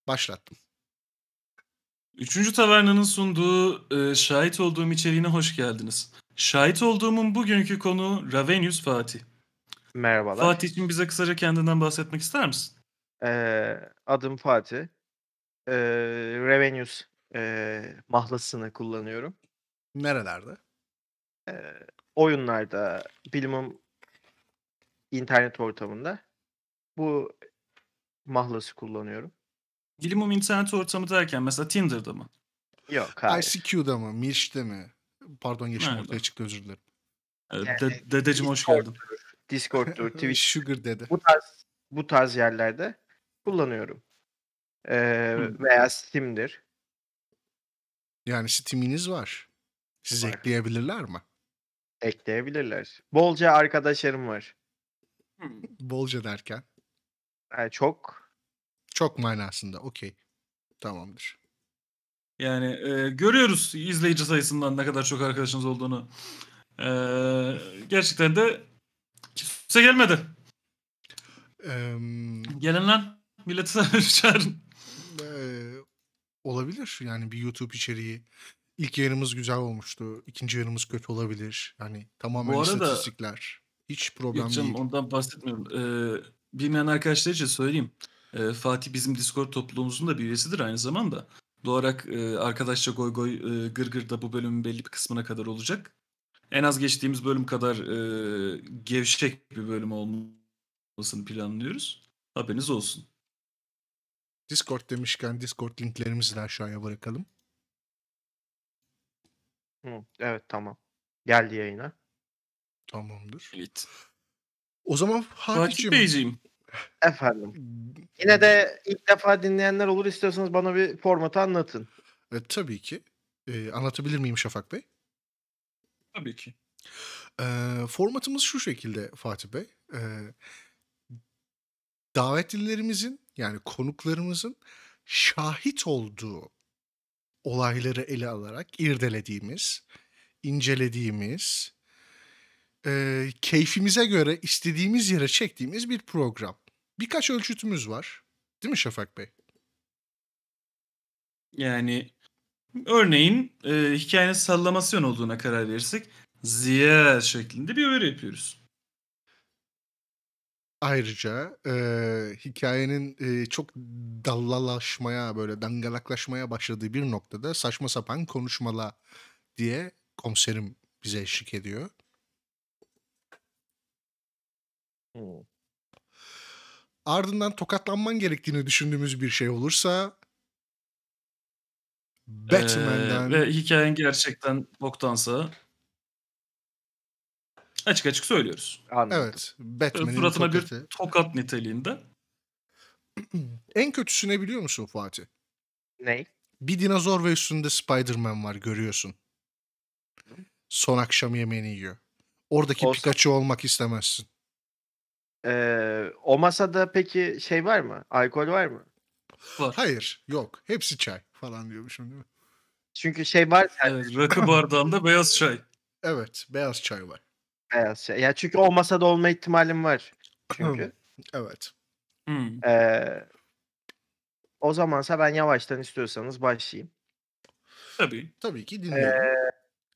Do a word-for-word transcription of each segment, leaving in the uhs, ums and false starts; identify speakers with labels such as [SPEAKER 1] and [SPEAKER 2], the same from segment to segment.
[SPEAKER 1] Başlattım.
[SPEAKER 2] Üçüncü Taverna'nın sunduğu, eee, şahit olduğum içeriğine hoş geldiniz. Şahit olduğumun bugünkü konuğu Ravenius Fatih.
[SPEAKER 3] Merhabalar.
[SPEAKER 2] Fatih'cim bize kısaca kendinden bahsetmek ister misin?
[SPEAKER 3] Eee, adım Fatih. Eee, Ravenius, eee, mahlasını kullanıyorum.
[SPEAKER 1] Nerelerde?
[SPEAKER 3] Eee, oyunlarda, bilimum internet ortamında bu mahlası kullanıyorum.
[SPEAKER 2] Bilimum internet ortamı derken mesela Tinder'da mı?
[SPEAKER 3] Yok, hayır.
[SPEAKER 1] I C Q'da mı? Mirç'te mi? Pardon yaşım ortaya
[SPEAKER 2] Nerede?
[SPEAKER 1] çıktı özür dilerim.
[SPEAKER 2] Eee,
[SPEAKER 3] Yani
[SPEAKER 2] de dedeciğim hoş geldin.
[SPEAKER 3] Discord'dur, Discord'dur, Twitch'tir.
[SPEAKER 1] Sugar dedi.
[SPEAKER 3] Bu tarz bu tarz yerlerde kullanıyorum. Eee,
[SPEAKER 2] Hımm.
[SPEAKER 3] veya Steam'dir.
[SPEAKER 1] Yani Steam'iniz var. Sizi
[SPEAKER 3] Var.
[SPEAKER 1] ekleyebilirler mi?
[SPEAKER 3] Ekleyebilirler. Bolca arkadaşlarım var.
[SPEAKER 2] Hımm.
[SPEAKER 1] Bolca derken?
[SPEAKER 3] Eee, çok.
[SPEAKER 1] Çok manasında. Okay. Tamamdır.
[SPEAKER 2] Yani, eee, görüyoruz izleyici sayısından ne kadar çok arkadaşınız olduğunu. Eee, gerçekten de kimse gelmedi.
[SPEAKER 1] Emm
[SPEAKER 2] Gelin lan, milleti çağırın.
[SPEAKER 1] Eee, olabilir. Yani bir YouTube içeriği. İlk yayınımız güzel olmuştu. ikinci yayınımız kötü olabilir. Yani tamamen
[SPEAKER 2] Bu arada
[SPEAKER 1] istatistikler. Hiç
[SPEAKER 2] Yok
[SPEAKER 1] problem
[SPEAKER 2] canım
[SPEAKER 1] değil.
[SPEAKER 2] ondan bahsetmiyorum. Eee, bilmeyen arkadaşlar için söyleyeyim. Eee, Fatih bizim Discord topluluğumuzun da bir üyesidir aynı zamanda. Doğal olarak, eee, arkadaşça goy goy, eee, gırgır da bu bölümün belli bir kısmına kadar olacak. En az geçtiğimiz bölüm kadar, eee, gevşek bir bölüm olmasını planlıyoruz. Haberiniz olsun.
[SPEAKER 1] Discord demişken Discord linklerimizi de aşağıya bırakalım.
[SPEAKER 3] Hı, evet, tamam. Geldi yayına.
[SPEAKER 1] Tamamdır.
[SPEAKER 2] Evet.
[SPEAKER 1] O zaman
[SPEAKER 2] Fatih
[SPEAKER 1] Fatih'cim
[SPEAKER 2] Beyciğim.
[SPEAKER 3] Efendim. Yine de ilk defa dinleyenler olur, istiyorsanız bana bir formatı anlatın.
[SPEAKER 1] E, tabii ki. Eee, anlatabilir miyim Şafak Bey?
[SPEAKER 2] Tabii ki.
[SPEAKER 1] Eee, formatımız şu şekilde Fatih Bey. Eee davetlilerimizin yani konuklarımızın şahit olduğu olayları ele alarak irdelediğimiz, incelediğimiz, eee, keyfimize göre istediğimiz yere çektiğimiz bir program. Birkaç ölçütümüz var. Değil mi Şafak Bey?
[SPEAKER 2] Yani örneğin, eee, hikâyenin sallamasyon olduğuna karar verirsek Ziya şeklinde bir uyarı yapıyoruz.
[SPEAKER 1] Ayrıca, eee, hikâyenin, eee, çok dallalaşmaya, böyle dangalaklaşmaya başladığı bir noktada saçma sapan konuşmalar diye komiserim bize eşlik ediyor.
[SPEAKER 3] Hımm.
[SPEAKER 1] Ardından tokatlanman gerektiğini düşündüğümüz bir şey olursa
[SPEAKER 2] Eee, ve
[SPEAKER 1] Batman'den
[SPEAKER 2] hikâyen gerçekten boktansa açık açık söylüyoruz.
[SPEAKER 3] Anladım.
[SPEAKER 1] Evet,
[SPEAKER 2] Böyle
[SPEAKER 1] Batman'in
[SPEAKER 2] suratına bir
[SPEAKER 1] tokatı.
[SPEAKER 2] tokat niteliğinde.
[SPEAKER 1] En kötüsü ne biliyor musun Fatih?
[SPEAKER 3] Ney?
[SPEAKER 1] Bir dinozor ve üstünde Spiderman var, görüyorsun. Son akşam yemeğini yiyor. Oradaki
[SPEAKER 3] Olsa
[SPEAKER 1] Pikachu olmak istemezsin.
[SPEAKER 3] Eee, o masada peki şey var mı? Alkol var mı?
[SPEAKER 2] Var.
[SPEAKER 1] Hayır, yok. Hepsi çay falan diyormuşum değil mi?
[SPEAKER 3] Çünkü şey var
[SPEAKER 2] Evet,
[SPEAKER 3] sende
[SPEAKER 2] rakı bardağında beyaz çay.
[SPEAKER 1] Evet, beyaz çay var.
[SPEAKER 3] beyaz şey. Ya, çünkü o masada olma ihtimalim var çünkü.
[SPEAKER 1] Evet.
[SPEAKER 2] Hımm.
[SPEAKER 3] Eee o zamansa ben yavaştan istiyorsanız başlayayım.
[SPEAKER 2] Tabii.
[SPEAKER 1] Tabii ki dinliyorum.
[SPEAKER 3] Eee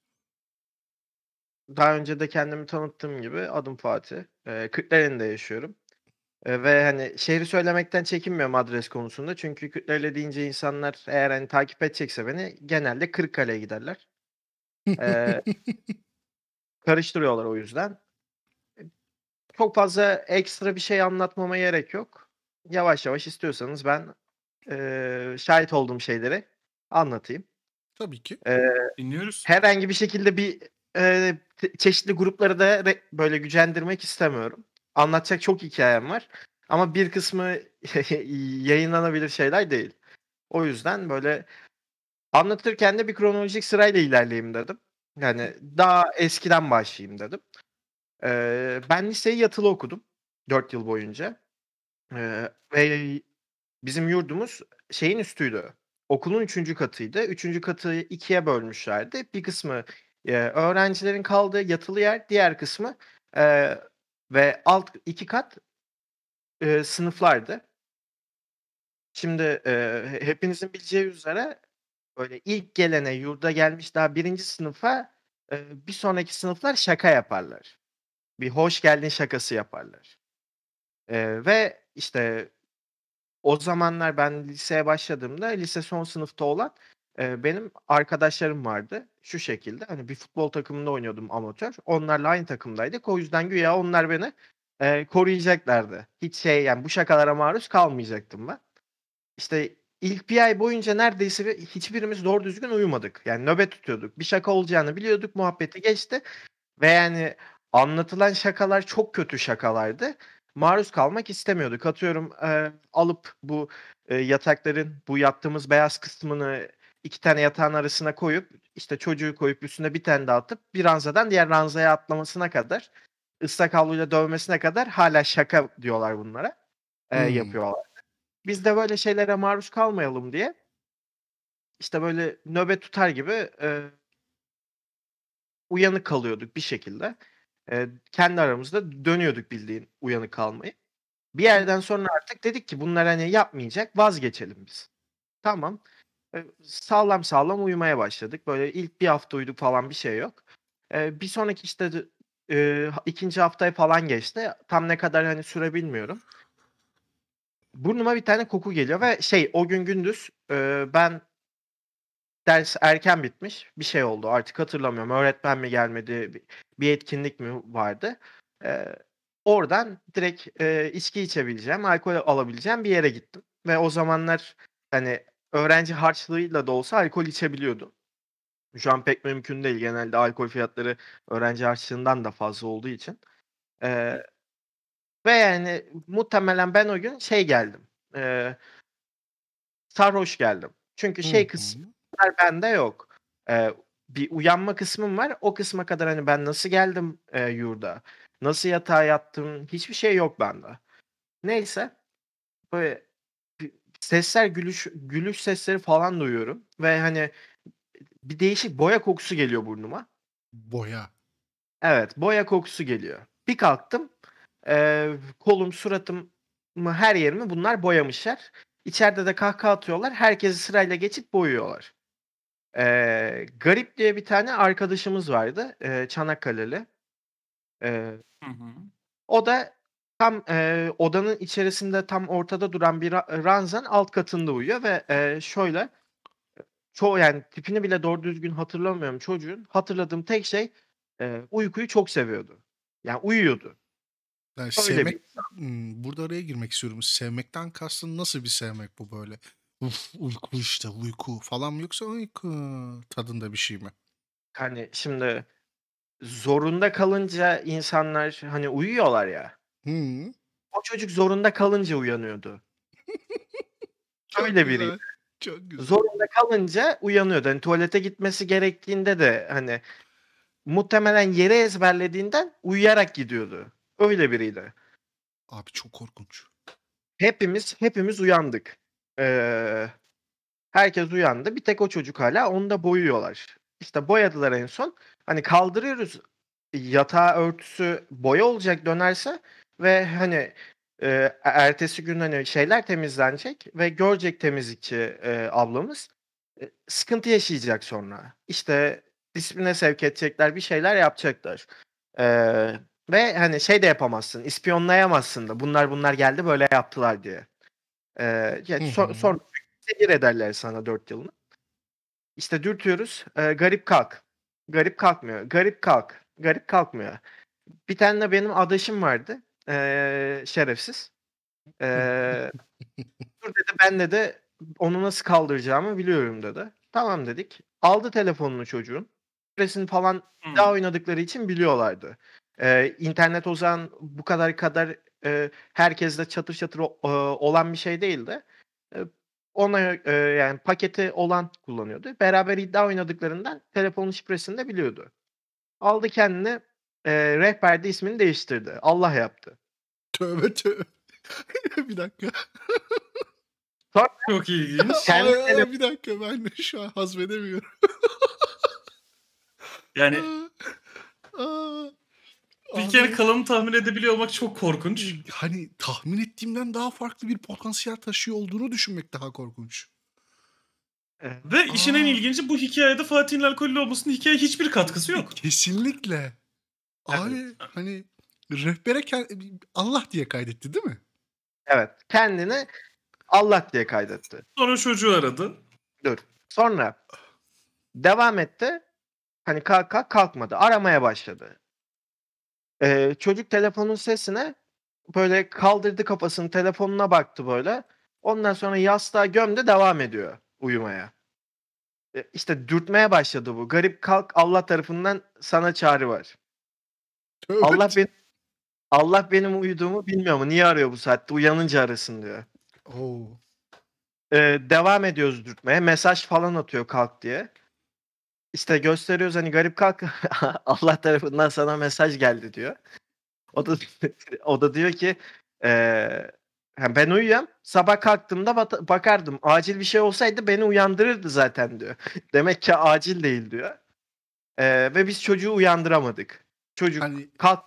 [SPEAKER 3] daha önce de kendimi tanıttığım gibi adım Fatih. Eee, Kırklareli'nde yaşıyorum. Eee, ve, hani, şehri söylemekten çekinmiyorum adres konusunda. Çünkü Kırklareli deyince insanlar eğer, hani, takip edecekse beni genelde Kırıkkale'ye giderler. Eee karıştırıyorlar o yüzden. Çok fazla ekstra bir şey anlatmama gerek yok. Yavaş yavaş istiyorsanız ben, eee, şahit olduğum şeyleri anlatayım.
[SPEAKER 1] Tabii ki.
[SPEAKER 3] Eee,
[SPEAKER 2] Dinliyoruz.
[SPEAKER 3] herhangi bir şekilde bir, eee, t çeşitli grupları da re böyle gücendirmek istemiyorum. Anlatacak çok hikâyem var ama bir kısmı yayınlanabilir şeyler değil. O yüzden, böyle, anlatırken de bir kronolojik sırayla ilerleyeyim dedim. Yani, daha eskiden başlayayım dedim. Eee, ben liseyi yatılı okudum dört yıl boyunca. Eee, ve bizim yurdumuz şeyin üstüydü, okulun üçüncü katıydı. üçüncü katı ikiye bölmüşlerdi. Bir kısmı, eee, öğrencilerin kaldığı yatılı yer, diğer kısmı, eee, ve alt iki kat, eee, sınıflardı. Şimdi, eee, he hepinizin bileceği üzere böyle ilk gelene, yurda gelmiş daha birinci sınıfa, eee, bir sonraki sınıflar şaka yaparlar. Bir hoş geldin şakası yaparlar. Eee, ve, işte, o zamanlar ben liseye başladığımda lise son sınıfta olan, eee, benim arkadaşlarım vardı. Şu şekilde, hani, bir futbol takımında oynuyordum amatör. Onlarla aynı takımdaydık. O yüzden güya onlar beni, eee, koruyacaklardı. Hiç şey, yani, bu şakalara maruz kalmayacaktım ben. İşte, ilk bir ay boyunca neredeyse ve hiçbirimiz doğru düzgün uyumadık. Yani, nöbet tutuyorduk. Bir şaka olacağını biliyorduk, muhabbeti geçti ve, yani, anlatılan şakalar çok kötü şakalardı. Maruz kalmak istemiyorduk. Atıyorum, eee, alıp bu, eee, yatakların bu yattığımız beyaz kısmını iki tane yatağın arasına koyup, işte, çocuğu koyup üstüne bir tane daha atıp bir ranzadan diğer ranzaya atlamasına kadar, ıslak havluyla dövmesine kadar hâlâ şaka diyorlar bunlara, eee,
[SPEAKER 1] Hımm.
[SPEAKER 3] yapıyorlardı. Biz de böyle şeylere maruz kalmayalım diye işte, böyle nöbet tutar gibi, eee uyanık kalıyorduk bir şekilde. Eee, kendi aramızda dönüyorduk bildiğin uyanık kalmayı. Bir yerden sonra artık dedik ki bunlar, hani, yapmayacak, vazgeçelim biz. Tamam. Eee, sağlam sağlam uyumaya başladık. Böyle ilk bir hafta uyuduk falan, bir şey yok. Eee, bir sonraki, işte, dı eee, ha ikinci haftaya falan geçti. Tam ne kadar, hani, süre bilmiyorum. Burnuma bir tane koku geliyor ve şey, o gün gündüz, eee, ben ders erken bitmiş, bir şey oldu artık hatırlamıyorum. Öğretmen mi gelmedi, bi bir etkinlik mi vardı? Eee, oradan direkt, eee, içki içebileceğim, alkol alabileceğim bir yere gittim ve o zamanlar, hani, öğrenci harçlığıyla da olsa alkol içebiliyordum. Şu an pek mümkün değil. Genelde alkol fiyatları öğrenci harçlığından da fazla olduğu için. Eee, ve yani muhtemelen ben o gün şey geldim, eee sarhoş geldim. Çünkü
[SPEAKER 1] Hı
[SPEAKER 3] şey
[SPEAKER 1] hı.
[SPEAKER 3] kısımlar bende yok. Eee, bir uyanma kısmım var. O kısma kadar, hani, ben nasıl geldim, eee, yurda, nasıl yatağa yattım, hiçbir şey yok bende. Neyse, böyle bir sesler, gülüş gülüş sesleri falan duyuyorum ve, hani, bir değişik boya kokusu geliyor burnuma.
[SPEAKER 1] Boya.
[SPEAKER 3] Evet, boya kokusu geliyor. Bir kalktım, eee, kolum, suratımı, her yerimi bunlar boyamışlar. İçeride de kahkaha atıyorlar. Herkesi sırayla geçip boyuyorlar. Eee, Garip diye bir tane arkadaşımız vardı, eee, Çanakkale'li. Eee,
[SPEAKER 2] Hı hı.
[SPEAKER 3] o da tam, eee, odanın içerisinde tam ortada duran bir ra ranzanın alt katında uyuyor ve, eee, şöyle, çoğu yani tipini bile doğru düzgün hatırlamıyorum çocuğun. Hatırladığım tek şey, eee, uykuyu çok seviyordu. Yani uyuyordu.
[SPEAKER 1] Yani
[SPEAKER 3] Öyle bir
[SPEAKER 1] sevmek
[SPEAKER 3] insan.
[SPEAKER 1] ımm, burada araya girmek istiyorum. Sevmekten kastın nasıl bir sevmek bu böyle? "Uf, uyku işte, uyku." falan mı yoksa uyku tadında bir şey mi?
[SPEAKER 3] Hani, şimdi zorunda kalınca insanlar, hani, uyuyorlar ya,
[SPEAKER 1] Hıı.
[SPEAKER 3] o çocuk zorunda kalınca uyanıyordu.
[SPEAKER 1] Çok
[SPEAKER 3] Öyle biriydi.
[SPEAKER 1] güzel, çok güzel.
[SPEAKER 3] Zorunda kalınca uyanıyordu. Hani, tuvalete gitmesi gerektiğinde de, hani, muhtemelen yeri ezberlediğinden uyuyarak gidiyordu. Öyle biriydi.
[SPEAKER 1] Abi çok korkunç.
[SPEAKER 3] Hepimiz hepimiz uyandık. Eee, herkes uyandı. Bir tek o çocuk hâlâ, onu da boyuyorlar. İşte, boyadılar en son. Hani, kaldırıyoruz, yatağı örtüsü boya olacak dönerse ve, hani, eee, e ertesi gün, hani, şeyler temizlenecek ve görecek temizlikçi, eee, ablamız. E, sıkıntı yaşayacak sonra. İşte, disipline sevk edecekler, bir şeyler yapacaklar. Eee, ve, hani, şey de yapamazsın, ispiyonlayamazsın da bunlar bunlar geldi, böyle yaptılar diye. Eee, ya,
[SPEAKER 1] Hı
[SPEAKER 3] so
[SPEAKER 1] hı.
[SPEAKER 3] sonra zehir ederler sana dört yılını. İşte, dürtüyoruz, eee, "Garip kalk." Garip kalkmıyor. "Garip kalk." Garip kalkmıyor. Bir tane de benim adaşım vardı, eee, şerefsiz. Eee, "Dur," dedi, "ben," dedi, "onu nasıl kaldıracağımı biliyorum." dedi. "Tamam." dedik. Aldı telefonunu çocuğun. Şifresini falan bir daha
[SPEAKER 2] Hımm.
[SPEAKER 3] oynadıkları için biliyorlardı. Eee, internet o zaman bu kadar kadar, eee, herkeste çatır çatır o eee, olan bir şey değildi. Eee, ona, eee, yani paketi olan kullanıyordu. Beraber iddia oynadıklarından telefonun şifresini de biliyordu. Aldı kendine, eee, rehberde ismini değiştirdi. Allah yaptı.
[SPEAKER 1] Tövbe tövbe. Bir dakika.
[SPEAKER 3] Sonra
[SPEAKER 2] Çok ilginç.
[SPEAKER 3] kendi
[SPEAKER 1] Ay,
[SPEAKER 3] tele
[SPEAKER 1] ay, bir dakika ben de şu an hazmedemiyorum.
[SPEAKER 2] Yani
[SPEAKER 1] A! A!
[SPEAKER 2] bir hikayenin
[SPEAKER 1] Abi
[SPEAKER 2] kalanını tahmin edebiliyor olmak çok korkunç.
[SPEAKER 1] hani tahmin ettiğimden daha farklı bir potansiyel taşıyor olduğunu düşünmek daha korkunç.
[SPEAKER 3] Evet.
[SPEAKER 2] Ve işin en
[SPEAKER 1] Aa,
[SPEAKER 2] ilginci, bu hikayede Fatih'in alkollü olmasının hikayeye hiçbir katkısı yok.
[SPEAKER 1] kesinlikle.
[SPEAKER 3] Evet.
[SPEAKER 1] Abi hani rehbere ke- Allah diye kaydetti değil mi?
[SPEAKER 3] Evet. Kendini Allah diye kaydetti.
[SPEAKER 2] Sonra çocuğu aradı.
[SPEAKER 3] Dur. Sonra devam etti. Hani kalk kalk kalkmadı. Aramaya başladı. Eee, çocuk telefonun sesine böyle kaldırdı kafasını, telefonuna baktı böyle. Ondan sonra yastığa gömdü, devam ediyor uyumaya. E, işte dürtmeye başladı bu. "Garip kalk, Allah tarafından sana çağrı var. Allah
[SPEAKER 1] Evet.
[SPEAKER 3] ben Allah benim uyuduğumu bilmiyor mu? Niye arıyor bu saatte? Uyanınca arasın." diyor.
[SPEAKER 1] Oo.
[SPEAKER 3] Eee, devam ediyoruz dürtmeye. Mesaj falan atıyor kalk diye. İşte gösteriyoruz, hani, "Garip kalk, Allah tarafından sana mesaj geldi." diyor. O da o da diyor ki, eee, "Ha, ben uyuyorum. Sabah kalktığımda bata bakardım. Acil bir şey olsaydı beni uyandırırdı zaten." diyor. Demek ki acil değil diyor. Eee, ve biz çocuğu uyandıramadık. Çocuk
[SPEAKER 1] Hani
[SPEAKER 3] kalk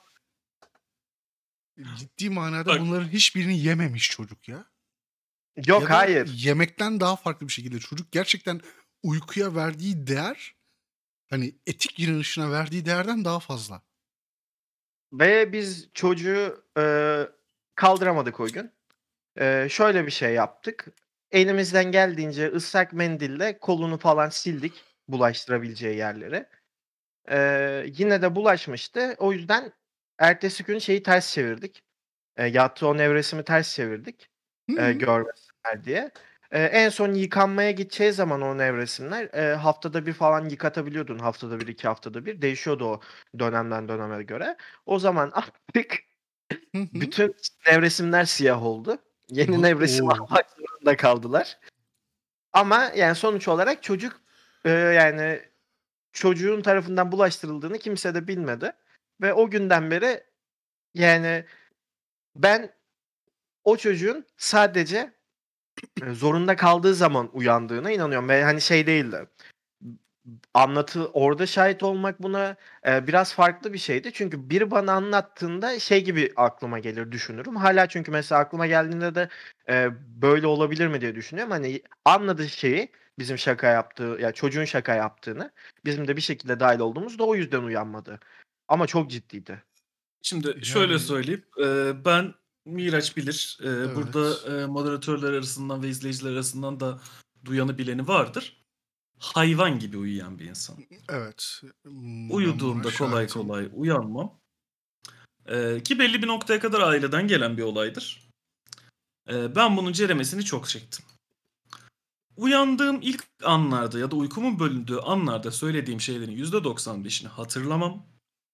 [SPEAKER 1] ciddi manada
[SPEAKER 2] Bak,
[SPEAKER 1] bunların hiçbirini yememiş çocuk ya.
[SPEAKER 3] Yok,
[SPEAKER 1] Ya da
[SPEAKER 3] hayır.
[SPEAKER 1] yemekten daha farklı bir şekilde çocuk gerçekten uykuya verdiği değer hani etik inanışına verdiği değerden daha fazla.
[SPEAKER 3] Ve biz çocuğu, eee, kaldıramadık o gün. Eee, şöyle bir şey yaptık. Elimizden geldiğince ıslak mendille kolunu falan sildik, bulaştırabileceği yerlere. Eee, yine de bulaşmıştı. O yüzden ertesi gün şeyi ters çevirdik. Eee, yattığı o nevresimi ters çevirdik, eee,
[SPEAKER 1] Hı.
[SPEAKER 3] görmesinler diye. Eee, en son yıkanmaya gideceği zaman o nevresimler, eee, haftada bir falan yıkatabiliyordun. Haftada bir, iki haftada bir. Değişiyordu o dönemden döneme göre. O zaman attık.
[SPEAKER 1] Hı hı.
[SPEAKER 3] Bütün nevresimler siyah oldu. Yeni
[SPEAKER 1] Na
[SPEAKER 3] nevresim
[SPEAKER 1] o!
[SPEAKER 3] almak zorunda kaldılar. Ama yani sonuç olarak çocuk, eee, yani çocuğun tarafından bulaştırıldığını kimse de bilmedi ve o günden beri yani ben o çocuğun sadece, eee, zorunda kaldığı zaman uyandığına inanıyorum ve hani şey değildi. Anlatı orada şahit olmak buna, eee, biraz farklı bir şeydi. Çünkü biri bana anlattığında şey gibi aklıma gelir, düşünürüm. Hâlâ çünkü mesela aklıma geldiğinde de, eee, böyle olabilir mi diye düşünüyorum. Hani anladığı şeyi, bizim şaka yaptığı, ya çocuğun şaka yaptığını, bizim de bir şekilde dâhil olduğumuzda o yüzden uyanmadı. Ama çok ciddiydi.
[SPEAKER 2] şimdi şöyle
[SPEAKER 1] Yani
[SPEAKER 2] söyleyeyim. Eee, ben Miraç bilir. Eee, burada,
[SPEAKER 1] evet.
[SPEAKER 2] eee, moderatörler arasından ve izleyiciler arasından da duyanı bileni vardır. Hayvan gibi uyuyan bir insan.
[SPEAKER 1] Evet. Imm, ben buna
[SPEAKER 2] Uyuduğumda kolay
[SPEAKER 1] şahitim.
[SPEAKER 2] kolay uyanmam. Eee, ki belli bir noktaya kadar aileden gelen bir olaydır. Eee, ben bunun ceremesini çok çektim. Uyandığım ilk anlarda ya da uykumun bölündüğü anlarda söylediğim şeylerin yüzde doksan beşini hatırlamam.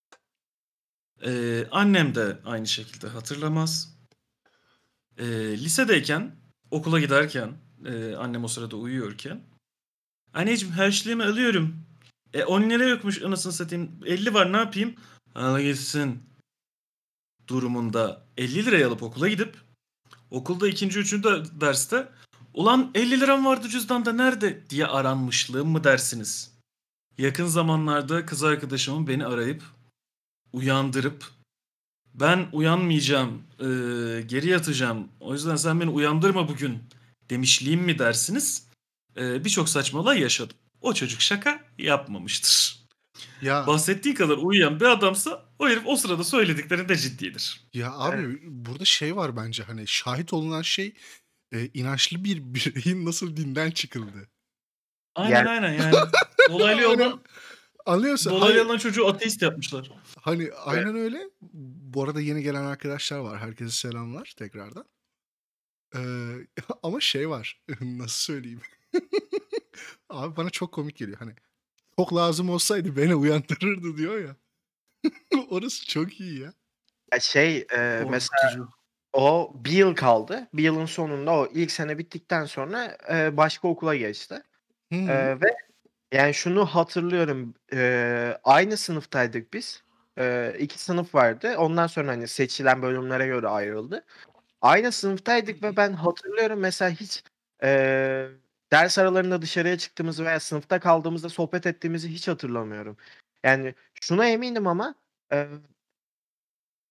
[SPEAKER 2] Eee, annem de aynı şekilde hatırlamaz. Eee, lisedeyken, okula giderken, eee, annem o sırada uyuyorken, "Anneciğim harçlığımı alıyorum. E on lira yokmuş anasını satayım. elli var ne yapayım?" "Al gitsin." durumunda elli lirayı alıp okula gidip okulda ikinci üçüncü derste "Ulan elli liram vardı cüzdanda nerede?" diye aranmışlığım mı dersiniz? Yakın zamanlarda kız arkadaşımın beni arayıp, uyandırıp, "Ben uyanmayacağım, eee, geri yatacağım. O yüzden sen beni uyandırma bugün." demişliğim mi dersiniz? Eee, birçok saçma olay yaşadım. O çocuk şaka yapmamıştır.
[SPEAKER 1] Ya
[SPEAKER 2] Bahsettiği kadar uyuyan bir adamsa o herif o sırada söylediklerinde ciddidir.
[SPEAKER 1] ya
[SPEAKER 3] Evet.
[SPEAKER 1] abi burada şey var bence hani şahit olunan şey, eee, inançlı bir bireyin nasıl dinden çıkıldığı.
[SPEAKER 2] Aynen,
[SPEAKER 3] Yani
[SPEAKER 2] aynen yani. Dolaylı
[SPEAKER 1] Hani
[SPEAKER 2] yoldan
[SPEAKER 1] anlıyorsun.
[SPEAKER 2] dolaylı
[SPEAKER 1] Hani
[SPEAKER 2] yoldan çocuğu ateist yapmışlar.
[SPEAKER 1] hani
[SPEAKER 3] evet.
[SPEAKER 1] aynen öyle. Bu arada yeni gelen arkadaşlar var. Herkese selamlar tekrardan. Eee, ama şey var, nasıl söyleyeyim? Abi bana çok komik geliyor. Hani çok lazım olsaydı beni uyandırırdı diyor ya. Orası çok iyi ya.
[SPEAKER 3] Ya şey, eee, mesela
[SPEAKER 2] Korkutucu.
[SPEAKER 3] o bir yıl kaldı. Bir yılın sonunda o ilk sene bittikten sonra, eee, başka okula geçti.
[SPEAKER 1] Hı hı.
[SPEAKER 3] Eee, ve yani şunu hatırlıyorum, eee, aynı sınıftaydık biz. Eee, iki sınıf vardı. Ondan sonra, hani, seçilen bölümlere göre ayrıldı. Aynı sınıftaydık ve ben hatırlıyorum mesela hiç, eee, ders aralarında dışarıya çıktığımızı veya sınıfta kaldığımızda sohbet ettiğimizi hiç hatırlamıyorum. Yani şuna eminim ama, eee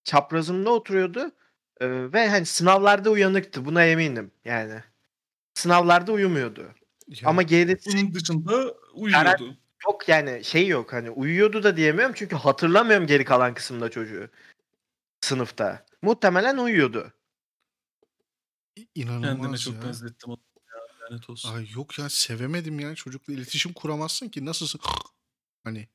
[SPEAKER 3] çaprazımda oturuyordu, eee, ve, hani, sınavlarda uyanıktı. Buna eminim, yani. Sınavlarda uyumuyordu.
[SPEAKER 1] Ya
[SPEAKER 3] Ama gerisi
[SPEAKER 2] Bunun dışında
[SPEAKER 3] Garanti
[SPEAKER 2] uyuyordu.
[SPEAKER 3] yok, yani, şey yok, hani, uyuyordu da diyemiyorum çünkü hatırlamıyorum geri kalan kısımda çocuğu sınıfta. Muhtemelen uyuyordu.
[SPEAKER 1] İ
[SPEAKER 2] Kendine
[SPEAKER 1] inanılmaz
[SPEAKER 2] çok
[SPEAKER 1] ya.
[SPEAKER 2] benzettim onu ya, lanet olsun.
[SPEAKER 1] Ay, yok ya, sevemedim ya. Çocukla iletişim kuramazsın ki. Nasılsın? Hani.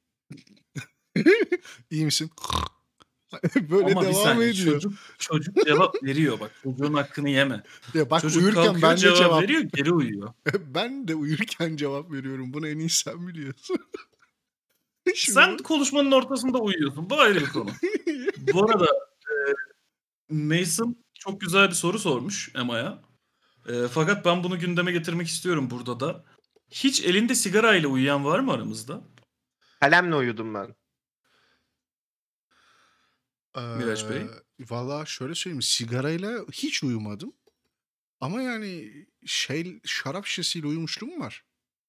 [SPEAKER 1] İyi misin? Böyle
[SPEAKER 2] Ama bir
[SPEAKER 1] devam
[SPEAKER 2] saniye,
[SPEAKER 1] ediyor.
[SPEAKER 2] çocuk çocuk cevap veriyor bak. Çocuğun hakkını yeme.
[SPEAKER 1] Ya bak,
[SPEAKER 2] Çocuk
[SPEAKER 1] uyurken
[SPEAKER 2] kalkıyor,
[SPEAKER 1] ben de
[SPEAKER 2] cevap
[SPEAKER 1] cevap
[SPEAKER 2] veriyor, geri uyuyor.
[SPEAKER 1] ben de uyurken cevap veriyorum. Bunu en iyi sen biliyorsun.
[SPEAKER 2] Sen
[SPEAKER 1] Şimdi
[SPEAKER 2] konuşmanın ortasında uyuyorsun. Bu ayrı bir konu. Bu arada, eee, Mason çok güzel bir soru sormuş Emma'ya. Eee, fakat ben bunu gündeme getirmek istiyorum burada da. Hiç elinde sigarayla uyuyan var mı aramızda?
[SPEAKER 3] Kalemle uyudum ben.
[SPEAKER 2] Miraç
[SPEAKER 1] Eee,
[SPEAKER 2] Bey?
[SPEAKER 1] valla şöyle söyleyeyim, sigarayla hiç uyumadım. Ama yani şey, şarap şişesiyle uyumuşluğum var.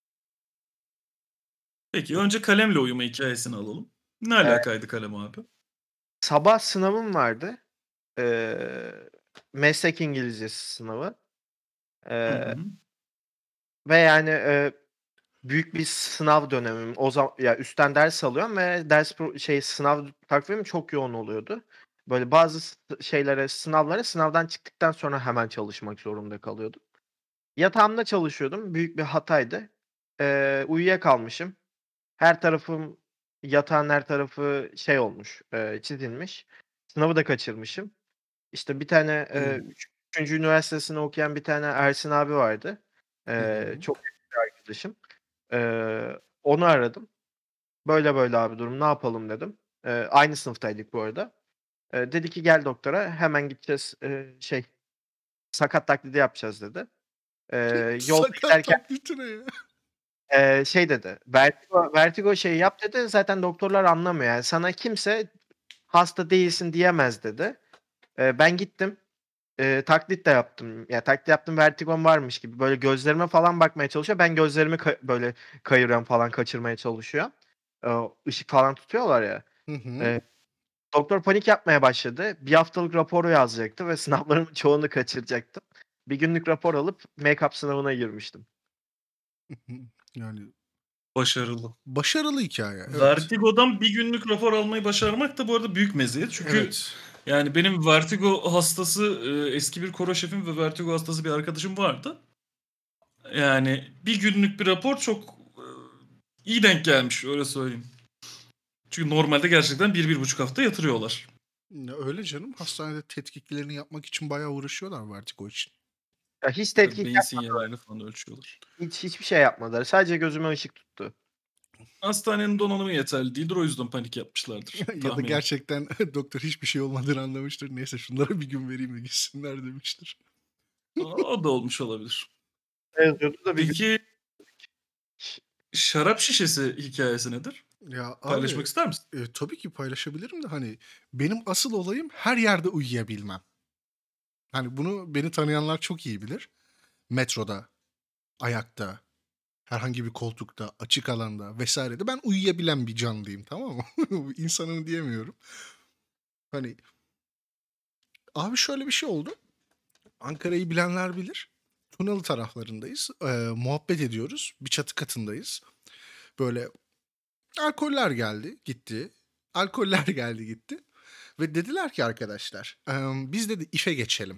[SPEAKER 2] Peki, önce kalemle uyuma hikâyesini alalım. Ne
[SPEAKER 3] Eee
[SPEAKER 2] alakaydı kalem abi?
[SPEAKER 3] Sabah sınavım vardı. Eee, meslek İngilizcesi sınavı.
[SPEAKER 2] Hı
[SPEAKER 3] Eee,
[SPEAKER 2] hı.
[SPEAKER 3] ve yani, eee, büyük bir sınav dönemim. O zam ya, üstten ders alıyorum ve ders pro şey, sınav takvimim çok yoğun oluyordu. Böyle bazı s şeylere, sınavlara sınavdan çıktıktan sonra hemen çalışmak zorunda kalıyordum. Yatağımda çalışıyordum. Büyük bir hataydı. Eee, uyuyakalmışım. Her tarafım, yatağın her tarafı şey olmuş, eee, çizilmiş. Sınavı da kaçırmışım. İşte bir tane, eee,
[SPEAKER 2] O!
[SPEAKER 3] üç üçüncü üniversitesinde okuyan bir tane Ersin abi vardı.
[SPEAKER 1] Hı
[SPEAKER 3] Eee,
[SPEAKER 1] hı.
[SPEAKER 3] çok yakın bir arkadaşım. Eee, onu aradım. "Böyle böyle abi durum, ne yapalım?" dedim. Eee, aynı sınıftaydık bu arada. Eee, dedi ki, "Gel doktora, hemen gideceğiz, eee, şey, sakat taklidi yapacağız." dedi. Eee, yolda
[SPEAKER 1] Sakat
[SPEAKER 3] giderken
[SPEAKER 1] taklidi ne ya?
[SPEAKER 3] Eee, şey dedi, "Vertigo vertigo şeyi yap." dedi. "Zaten doktorlar anlamıyor, yani sana kimse hasta değilsin diyemez." dedi. Eee, ben gittim, eee, taklit de yaptım. Ya, taklit yaptım, vertigom varmış gibi. Böyle gözlerime falan bakmaya çalışıyor. Ben gözlerimi ka böyle kayırıyorum falan, kaçırmaya çalışıyor. Eee, ışık falan tutuyorlar ya.
[SPEAKER 1] Hı hı.
[SPEAKER 3] Eee, doktor panik yapmaya başladı. bir haftalık raporu yazacaktı ve sınavlarımın çoğunu kaçıracaktım. bir günlük rapor alıp make-up sınavına girmiştim.
[SPEAKER 1] Hı hı. Yani
[SPEAKER 2] Başarılı.
[SPEAKER 1] başarılı hikâye, evet.
[SPEAKER 2] Vertigo'dan bir günlük rapor almayı başarmak da bu arada büyük meziyet. Çünkü,
[SPEAKER 1] Evet.
[SPEAKER 2] yani, benim vertigo hastası, eee, eski bir koro şefim ve vertigo hastası bir arkadaşım vardı. Yani, bir günlük bir rapor çok, ııı, iyi denk gelmiş, öyle söyleyeyim. Çünkü normalde gerçekten bir bir buçuk hafta yatırıyorlar.
[SPEAKER 1] Ya, öyle canım. Hastanede tetkiklerini yapmak için bayağı uğraşıyorlar vertigo için.
[SPEAKER 3] Ya, hiç
[SPEAKER 2] Tabii,
[SPEAKER 3] tetkik
[SPEAKER 2] beyin
[SPEAKER 3] yapmadılar.
[SPEAKER 2] sinyallerini falan ölçüyorlar.
[SPEAKER 3] Hiç hiçbir şey yapmadılar. Sadece gözüme ışık tuttu.
[SPEAKER 2] Hastanenin donanımı yeterli değildir, o yüzden panik yapmışlardır
[SPEAKER 1] Ya da
[SPEAKER 2] tahminen.
[SPEAKER 1] gerçekten doktor hiçbir şey olmadığını anlamıştır. Neyse şunlara bir gün vereyim de gitsinler demiştir.
[SPEAKER 2] O o da olmuş olabilir.
[SPEAKER 3] Ne yazıyordu da bir gün
[SPEAKER 2] Peki şarap şişesi hikâyesi nedir?
[SPEAKER 1] Ya
[SPEAKER 2] Paylaşmak
[SPEAKER 1] abi,
[SPEAKER 2] ister misin?
[SPEAKER 1] eee, tabii ki paylaşabilirim de hani benim asıl olayım her yerde uyuyabilmem. Hani bunu beni tanıyanlar çok iyi bilir. Metroda, ayakta, herhangi bir koltukta, açık alanda vesairede ben uyuyabilen bir canlıyım, tamam mı? İnsanım diyemiyorum. Hani abi şöyle bir şey oldu. Ankara'yı bilenler bilir. Tunalı taraflarındayız. Eee, muhabbet ediyoruz. Bir çatı katındayız. Böyle alkoller geldi, gitti. Alkoller geldi, gitti. Ve dediler ki arkadaşlar, emm, biz dedi İF'e geçelim.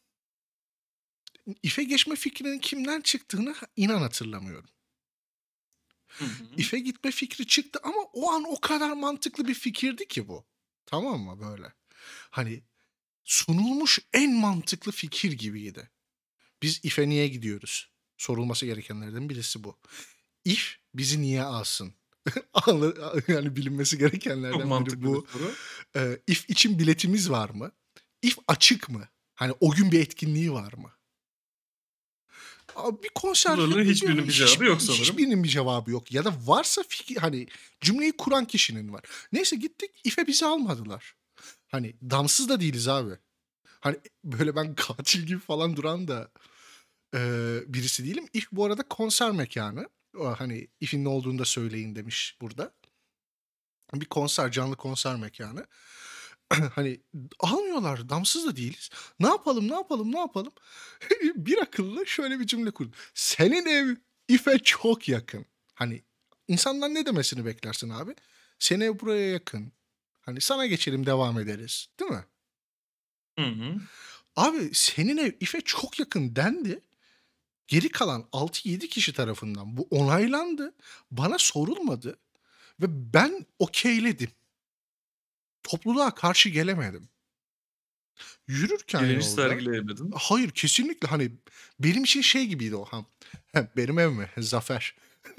[SPEAKER 1] İF'e geçme fikrinin kimden çıktığını inan hatırlamıyorum.
[SPEAKER 2] Hı hı.
[SPEAKER 1] İF'e gitme fikri çıktı ama o an o kadar mantıklı bir fikirdi ki bu. Tamam mı böyle? Hani sunulmuş en mantıklı fikir gibiydi. Biz İF'e niye gidiyoruz? Sorulması gerekenlerden birisi bu. İF bizi niye alsın? Anla yani bilinmesi
[SPEAKER 2] Çok
[SPEAKER 1] gerekenlerden biri
[SPEAKER 2] mantıklı bir
[SPEAKER 1] bu.
[SPEAKER 2] soru.
[SPEAKER 1] Eee, İF için biletimiz var mı? İF açık mı? Hani o gün bir etkinliği var mı? Abi bir konser
[SPEAKER 2] Bunların hiçbirinin bir
[SPEAKER 1] hiç
[SPEAKER 2] cevabı yok sanırım.
[SPEAKER 1] hiçbirinin bir cevabı yok ya da varsa fikir hani cümleyi kuran kişinin var. Neyse gittik İF'e bizi almadılar. Hani damsız da değiliz abi. Hani böyle ben katil gibi falan duran da eee, birisi değilim. İF bu arada konser mekânı. O hani İF'in ne olduğunu da söyleyin demiş burada. Bir konser, canlı konser mekânı. Hani almıyorlar. Damsız da değiliz. Ne yapalım, ne yapalım, ne yapalım? Bir akıllı şöyle bir cümle kurdu. Senin ev İF'e çok yakın. Hani insandan ne demesini beklersin abi? Senin ev buraya yakın. Hani sana geçelim devam ederiz. Değil mi?
[SPEAKER 2] Hı hı.
[SPEAKER 1] Abi senin ev İF'e çok yakın dendi. Geri kalan altı yedi kişi tarafından bu onaylandı. Bana sorulmadı. Ve ben okeyledim. Topluluğa karşı gelemedim. Yürürken
[SPEAKER 2] Direniş
[SPEAKER 1] yolda
[SPEAKER 2] sergileyemedin.
[SPEAKER 1] hayır kesinlikle hani benim için şey gibiydi o. Ha, benim ev mi? Zafer.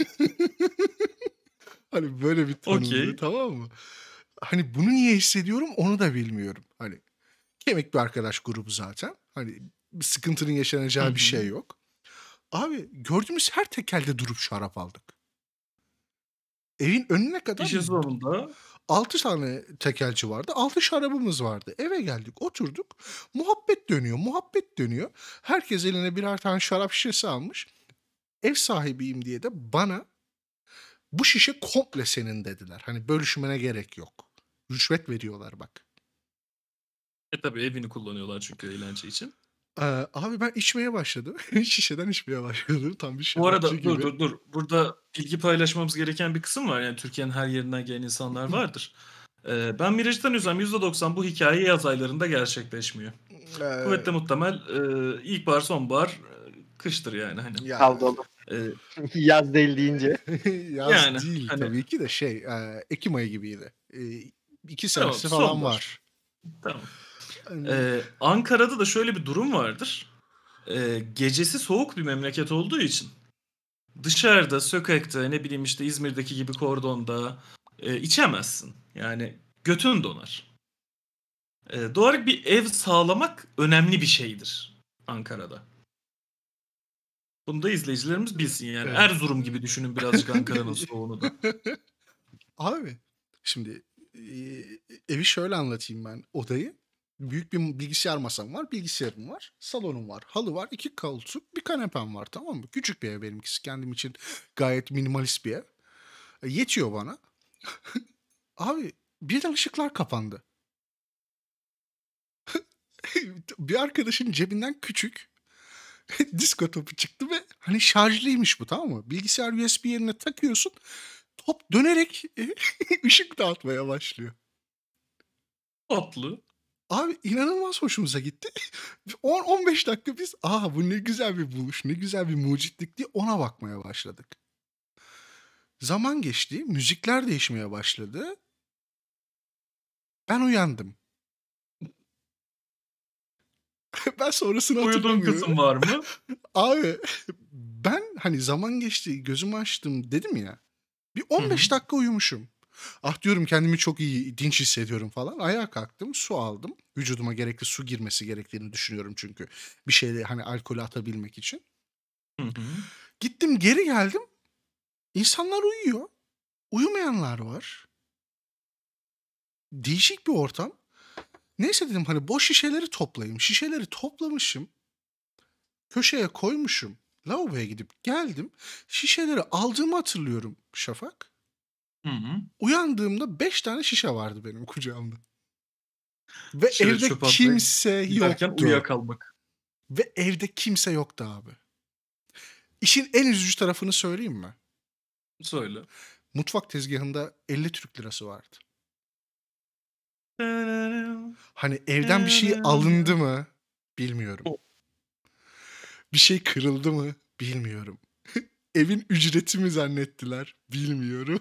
[SPEAKER 1] Hani böyle bir tanımdı,
[SPEAKER 2] Okey.
[SPEAKER 1] tamam mı? Hani bunu niye hissediyorum onu da bilmiyorum. Hani kemik bir arkadaş grubu zaten. Hani bir sıkıntının
[SPEAKER 2] Hı
[SPEAKER 1] yaşanacağı bir
[SPEAKER 2] hı.
[SPEAKER 1] şey yok. Abi gördüğümüz her tekelde durup şarap aldık. Evin önüne kadar
[SPEAKER 2] İşin sonunda
[SPEAKER 1] altı tane tekelci vardı. altı şarabımız vardı. Eve geldik, oturduk. Muhabbet dönüyor, muhabbet dönüyor. Herkes eline birer tane şarap şişesi almış. Ev sahibiyim diye de bana bu şişe komple senin dediler. Hani bölüşmene gerek yok. Rüşvet veriyorlar bak.
[SPEAKER 2] e tabii evini kullanıyorlar çünkü eğlence için.
[SPEAKER 1] Ee, abi ben içmeye başladım. Şişeden içmeye başladım. Tam bir
[SPEAKER 2] Bu
[SPEAKER 1] şarapçı
[SPEAKER 2] arada dur
[SPEAKER 1] gibi.
[SPEAKER 2] dur dur. Burada bilgi paylaşmamız gereken bir kısım var. Yani Türkiye'nin her yerinden gelen insanlar vardır. Ee, ben Miraç'tan üzem yüzde doksan bu hikaye yaz aylarında gerçekleşmiyor.
[SPEAKER 1] Ee,
[SPEAKER 2] Kuvvetle muhtemel e, ilkbahar, sonbahar, e, kıştır yani hani.
[SPEAKER 1] ya
[SPEAKER 3] Kaldı
[SPEAKER 2] E,
[SPEAKER 3] Yaz değil deyince.
[SPEAKER 1] yaz
[SPEAKER 2] yani
[SPEAKER 1] değil
[SPEAKER 2] hani
[SPEAKER 1] tabii ki de şey e, Ekim ayı gibiydi. E, iki
[SPEAKER 2] tamam
[SPEAKER 1] senesi falan
[SPEAKER 2] sonbahar.
[SPEAKER 1] var.
[SPEAKER 2] Tamam.
[SPEAKER 1] Hani,
[SPEAKER 2] Ee, Ankara'da da şöyle bir durum vardır. Ee, gecesi soğuk bir memleket olduğu için dışarıda, sokakta, ne bileyim işte İzmir'deki gibi kordonda e, içemezsin. Yani götün donar. E, doğal bir ev sağlamak önemli bir şeydir Ankara'da. Bunu da izleyicilerimiz bilsin yani.
[SPEAKER 1] evet.
[SPEAKER 2] Erzurum gibi düşünün birazcık Ankara'nın soğuğunu da.
[SPEAKER 1] Abi şimdi e, evi şöyle anlatayım ben odayı. Büyük bir bilgisayar masam var, bilgisayarım var, salonum var, halı var, iki koltuk, bir kanepem var, tamam mı? Küçük bir ev benimkisi, kendim için gayet minimalist bir ev. E, yetiyor bana. Abi birden ışıklar kapandı. Bir arkadaşın cebinden küçük disko topu çıktı ve hani şarjlıymış bu, tamam mı? Bilgisayar U S B yerine takıyorsun. Top dönerek ışık dağıtmaya başlıyor.
[SPEAKER 2] Tatlı.
[SPEAKER 1] Abi inanılmaz hoşumuza gitti. on on beş dakika biz aa bu ne güzel bir buluş, ne güzel bir mucitlik diye ona bakmaya başladık. Zaman geçti, müzikler değişmeye başladı. Ben uyandım. Ben sonrasını
[SPEAKER 2] Uyuduğun
[SPEAKER 1] hatırlamıyorum.
[SPEAKER 2] kısım var mı?
[SPEAKER 1] Abi ben hani zaman geçti, gözümü açtım dedim ya. Bir
[SPEAKER 2] Hı hı.
[SPEAKER 1] on beş dakika uyumuşum. Ah diyorum kendimi çok iyi, dinç hissediyorum falan. Ayağa kalktım, su aldım. Vücuduma gerekli su girmesi gerektiğini düşünüyorum çünkü. Bir şeyde hani alkolü atabilmek için.
[SPEAKER 2] Hı hı.
[SPEAKER 1] Gittim geri geldim. İnsanlar uyuyor. Uyumayanlar var. Değişik bir ortam. Neyse dedim hani boş şişeleri toplayayım. Şişeleri toplamışım. Köşeye koymuşum. Lavaboya gidip geldim. Şişeleri aldığımı hatırlıyorum Şafak.
[SPEAKER 2] Hı hı.
[SPEAKER 1] Uyandığımda beş tane şişe vardı benim kucağımda. Ve
[SPEAKER 2] Şişeleri
[SPEAKER 1] evde
[SPEAKER 2] çöpe atmaya
[SPEAKER 1] kimse
[SPEAKER 2] giderken
[SPEAKER 1] yoktu.
[SPEAKER 2] uyuyakalmak.
[SPEAKER 1] Ve evde kimse yoktu abi. İşin en üzücü tarafını söyleyeyim mi?
[SPEAKER 2] Söyle.
[SPEAKER 1] Mutfak tezgahında elli Türk lirası vardı. Hani evden bir şey alındı mı? Bilmiyorum. Bir şey kırıldı mı? Bilmiyorum. Evin ücreti mi zannettiler? Bilmiyorum.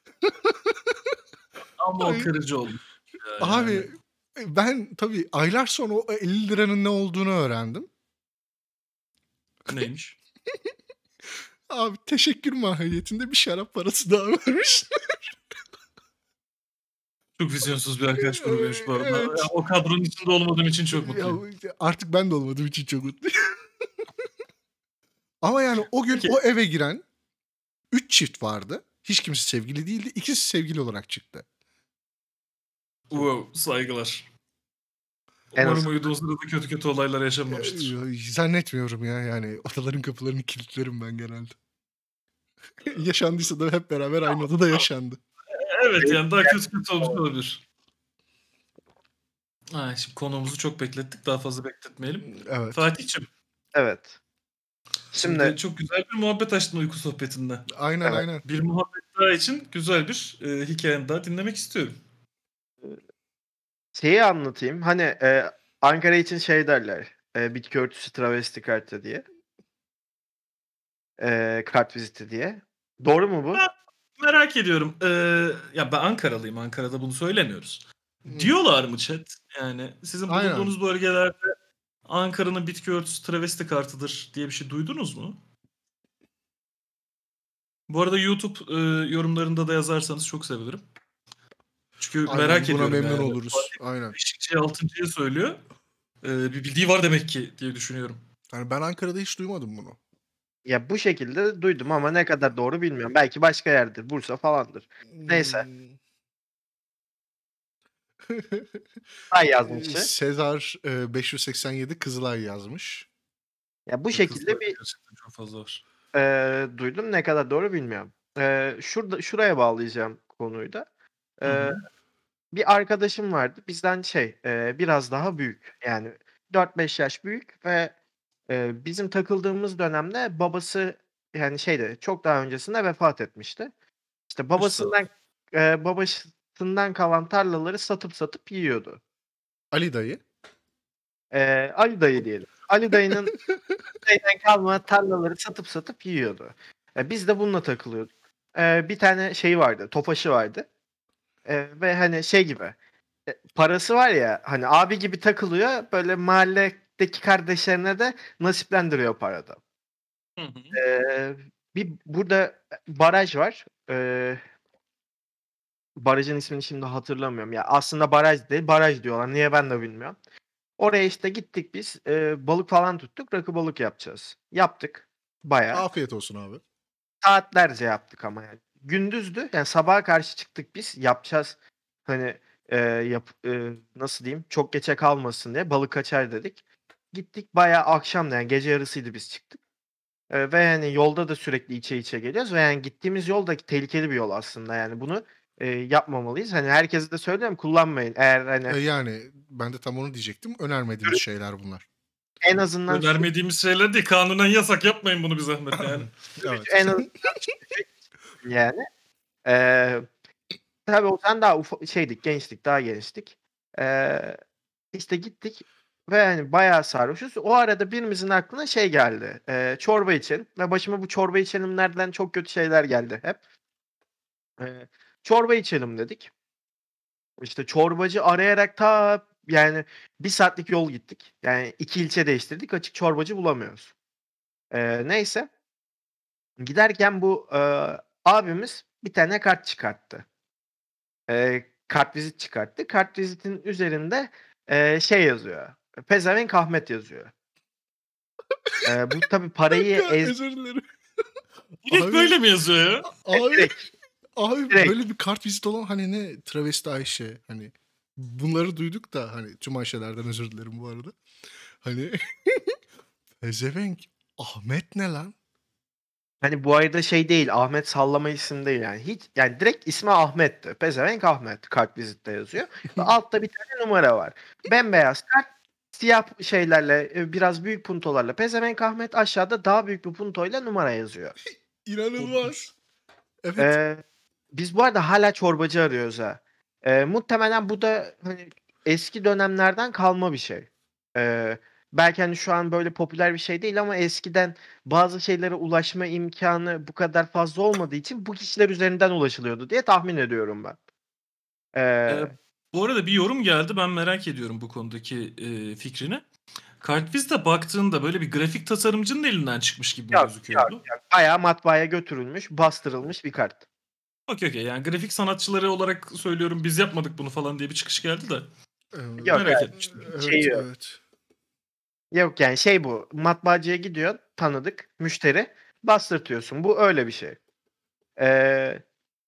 [SPEAKER 2] Ama o
[SPEAKER 1] Ay,
[SPEAKER 2] kırıcı olmuş. Ya yani.
[SPEAKER 1] abi ben tabii aylar sonra o elli liranın ne olduğunu öğrendim.
[SPEAKER 2] Neymiş?
[SPEAKER 1] Abi teşekkür mahiyetinde bir şarap parası daha vermiş.
[SPEAKER 2] Çok vizyonsuz bir arkadaş grubuymuş bu arada. Ya,
[SPEAKER 1] Evet.
[SPEAKER 2] o kadronun içinde olmadığım için çok
[SPEAKER 1] Ya,
[SPEAKER 2] mutluyum.
[SPEAKER 1] artık ben de olmadığım için çok mutluyum. Ama yani o gün
[SPEAKER 2] Peki.
[SPEAKER 1] o eve giren üç çift vardı. Hiç kimse sevgili değildi. İkisi sevgili olarak çıktı.
[SPEAKER 2] Wow, saygılar.
[SPEAKER 3] En
[SPEAKER 2] Umarım
[SPEAKER 3] azından.
[SPEAKER 2] uyuduğun sırada kötü kötü olaylar yaşanmamıştır.
[SPEAKER 1] Ee, Zannetmiyorum ya yani odaların kapılarını kilitlerim ben genelde. Yaşandıysa da hep beraber aynı odada yaşandı.
[SPEAKER 2] Evet yani daha kötü kötü olmuş olabilir. Ha, şimdi konuğumuzu çok beklettik. Daha fazla bekletmeyelim.
[SPEAKER 1] Evet.
[SPEAKER 2] Fatih'cim,
[SPEAKER 3] Evet.
[SPEAKER 2] şimdi
[SPEAKER 3] Şimdi
[SPEAKER 2] çok güzel bir muhabbet açtın uyku sohbetinde.
[SPEAKER 1] Aynen
[SPEAKER 3] evet.
[SPEAKER 1] aynen.
[SPEAKER 2] Bir muhabbet daha için güzel bir e, hikayeni daha dinlemek istiyorum.
[SPEAKER 3] Şeyi anlatayım. Hani e, Ankara için şey derler. E, bitki örtüsü travesti kartı diye. E, kart viziti diye. Doğru mu bu?
[SPEAKER 2] Ben merak ediyorum. Ee, ya ben Ankaralıyım. Ankara'da bunu söylemiyoruz.
[SPEAKER 1] Hı.
[SPEAKER 2] Diyorlar mı chat? Yani sizin
[SPEAKER 1] Aynen.
[SPEAKER 2] bulunduğunuz bölgelerde Ankara'nın bitki örtüsü travesti kartıdır diye bir şey duydunuz mu? Bu arada YouTube e, yorumlarında da yazarsanız çok sevinirim. Çünkü
[SPEAKER 1] Aynen
[SPEAKER 2] merak
[SPEAKER 1] buna
[SPEAKER 2] ediyorum
[SPEAKER 1] memnun
[SPEAKER 2] yani.
[SPEAKER 1] oluruz. Aynen.
[SPEAKER 2] Beşinciye, altıncıya söylüyor. Ee, bir bildiği var demek ki diye düşünüyorum.
[SPEAKER 1] Yani ben Ankara'da hiç duymadım bunu.
[SPEAKER 3] Ya bu şekilde duydum ama ne kadar doğru bilmiyorum. Belki başka yerdir. Bursa falandır. Neyse.
[SPEAKER 1] Hmm.
[SPEAKER 3] Ay yazmışı.
[SPEAKER 1] Sezar e, beş yüz seksen yedi Kızılay yazmış.
[SPEAKER 3] Ya bu
[SPEAKER 2] Ve
[SPEAKER 3] şekilde
[SPEAKER 2] kızlar
[SPEAKER 3] bir
[SPEAKER 2] gerçekten çok fazla var.
[SPEAKER 3] e, duydum. Ne kadar doğru bilmiyorum. E, şurada şuraya bağlayacağım konuyu da.
[SPEAKER 2] Hı
[SPEAKER 3] E,
[SPEAKER 2] hı.
[SPEAKER 3] bir arkadaşım vardı. Bizden şey e, biraz daha büyük. Yani dört beş yaş büyük ve e, bizim takıldığımız dönemde babası yani şeyde çok daha öncesinde vefat etmişti. İşte
[SPEAKER 2] Üstad.
[SPEAKER 3] babasından e, babasından kalan tarlaları satıp satıp yiyordu.
[SPEAKER 1] Ali dayı.
[SPEAKER 3] E, Ali dayı diyelim. Ali dayının dayıdan kalma tarlaları satıp satıp yiyordu. E, biz de bununla takılıyorduk. E, bir tane şey vardı, tofaşı vardı. E, ve hani şey gibi e, parası var ya hani abi gibi takılıyor böyle mahalledeki kardeşlerine de nasiplendiriyor parada.
[SPEAKER 2] Hı hı.
[SPEAKER 3] E, bir burada baraj var. E, barajın ismini şimdi hatırlamıyorum. Ya aslında baraj değil, baraj diyorlar. Niye ben de bilmiyorum. Oraya işte gittik biz. E, balık falan tuttuk. Rakı balık yapacağız. Yaptık. Bayağı.
[SPEAKER 1] Afiyet olsun abi.
[SPEAKER 3] Saatlerce yaptık ama yani. Gündüzdü. Yani sabaha karşı çıktık biz. Yapacağız. Hani e, yap, e, nasıl diyeyim? Çok geçe kalmasın diye balık kaçar dedik. Gittik bayağı akşamda yani gece yarısıydı biz çıktık. E, ve yani yolda da sürekli içe içe geliyoruz ve yani gittiğimiz yol da tehlikeli bir yol aslında yani bunu e, yapmamalıyız. Hani herkese de söylüyorum kullanmayın. Eğer hani
[SPEAKER 1] E, yani ben de tam onu diyecektim. Önermediğimiz
[SPEAKER 3] sürü-
[SPEAKER 1] şeyler bunlar.
[SPEAKER 3] en azından sürücü,
[SPEAKER 2] Önermediğimiz şeyler değil. Kanunen yasak. Yapmayın bunu bir zahmet yani.
[SPEAKER 1] Evet.
[SPEAKER 3] en azından sürücü yani. E, Tabii o zaman daha ufa şeydik, gençtik, daha gençtik. Eee, işte gittik ve hani bayağı sarhoşuz. O arada birimizin aklına şey geldi, eee, çorba içelim ve başıma bu çorba içelimlerden çok kötü şeyler geldi hep. Eee, çorba içelim dedik. İşte çorbacı arayarak ta yani bir saatlik yol gittik. Yani iki ilçe değiştirdik, açık çorbacı bulamıyoruz. Eee, neyse, giderken bu, eee, abimiz bir tane kart çıkarttı. Eee, kartvizit çıkarttı. Kartvizitin üzerinde, eee, şey yazıyor, Pezevenk Ahmet yazıyor. Eee, bu tabii parayı
[SPEAKER 1] Kanka
[SPEAKER 3] ez
[SPEAKER 1] özür dilerim.
[SPEAKER 2] Direkt
[SPEAKER 1] Abi,
[SPEAKER 2] böyle mi yazıyor ya?
[SPEAKER 1] abi,
[SPEAKER 3] direkt,
[SPEAKER 1] abi
[SPEAKER 3] direkt.
[SPEAKER 1] böyle bir kart vizit olan hani ne travesti Ayşe hani bunları duyduk da hani tüm Ayşelerden özür dilerim bu arada. Hani Pezevenk Ahmet ne lan?
[SPEAKER 3] Hani bu arada şey değil, Ahmet sallama isim değil yani. Hiç yani direkt ismi Ahmet'ti. Pezevenk Ahmet kartvizitte yazıyor ve altta bir tane numara var. Bembeyaz kart, siyah şeylerle, eee, biraz büyük puntolarla Pezevenk Ahmet, aşağıda daha büyük bir puntoyla numara yazıyor.
[SPEAKER 1] İnanılmaz. Evet.
[SPEAKER 3] Eee, biz bu arada hâlâ çorbacı arıyoruz ha. Eee, muhtemelen bu da, hani, eski dönemlerden kalma bir şey. Eee, belki, hani, şu an böyle popüler bir şey değil ama eskiden bazı şeylere ulaşma imkânı bu kadar fazla olmadığı için bu kişiler üzerinden ulaşılıyordu diye tahmin ediyorum ben.
[SPEAKER 2] Eee,
[SPEAKER 3] Eee
[SPEAKER 2] bu arada bir yorum geldi. Ben merak ediyorum bu konudaki eee, fikrini. Kartvizit'e baktığında böyle bir grafik tasarımcının elinden çıkmış gibi mi
[SPEAKER 3] yok, yok,
[SPEAKER 2] gözüküyordu?
[SPEAKER 3] yok. Bayağı matbaaya götürülmüş, bastırılmış bir kart.
[SPEAKER 2] Okey okey. Yani grafik sanatçıları olarak söylüyorum biz yapmadık bunu falan diye bir çıkış geldi de.
[SPEAKER 1] Ee,
[SPEAKER 3] Yok,
[SPEAKER 2] Merak
[SPEAKER 3] evet,
[SPEAKER 2] etmiştim.
[SPEAKER 3] şeyi
[SPEAKER 1] evet,
[SPEAKER 3] yok.
[SPEAKER 1] evet.
[SPEAKER 3] Yok, yani, şey bu, matbaacıya gidiyorsun, tanıdık, müşteri, bastırtıyorsun. Bu öyle bir şey. Eee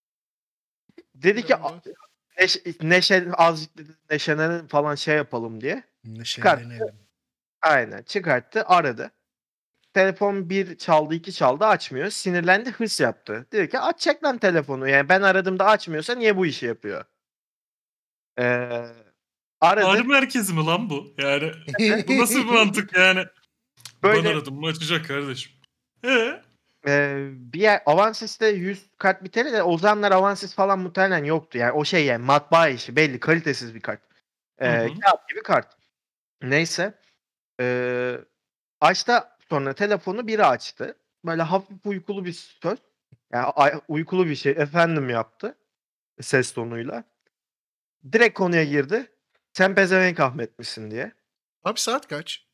[SPEAKER 3] Dedi ki a
[SPEAKER 1] İnanılmaz.
[SPEAKER 3] neş neşe azıcık dedi neşelenelim falan şey yapalım diye. Çıkarttı.
[SPEAKER 1] Neşelenelim.
[SPEAKER 3] Aynen çıkarttı, aradı. Telefon bir çaldı, iki çaldı, açmıyor. Sinirlendi, hırs yaptı. Dedi ki açacak lan telefonu. Yani ben aradığımda açmıyorsa niye bu işi yapıyor? Eee Aradı.
[SPEAKER 2] Ağrı merkezi mi lan bu? Yani
[SPEAKER 3] Evet.
[SPEAKER 2] bu nasıl bir mantık yani? Ben
[SPEAKER 3] Böyle
[SPEAKER 2] aradım mı açacak kardeşim. Ee?
[SPEAKER 3] Eee, bir yer Avansys'te yüz kart biteli de o zamanlar Avansys falan muhtemelen yoktu. Yani o şey yani matbaa işi belli kalitesiz bir kart.
[SPEAKER 2] Hı
[SPEAKER 3] Eee,
[SPEAKER 2] hı.
[SPEAKER 3] kâğıt gibi kart. Neyse. Eee, açta sonra telefonu biri açtı. Böyle hafif uykulu bir söz. Yani ay uykulu bir şey. Efendim yaptı ses tonuyla. Direkt konuya girdi. Sen pezevenk Ahmet misin diye.
[SPEAKER 1] Abi saat kaç?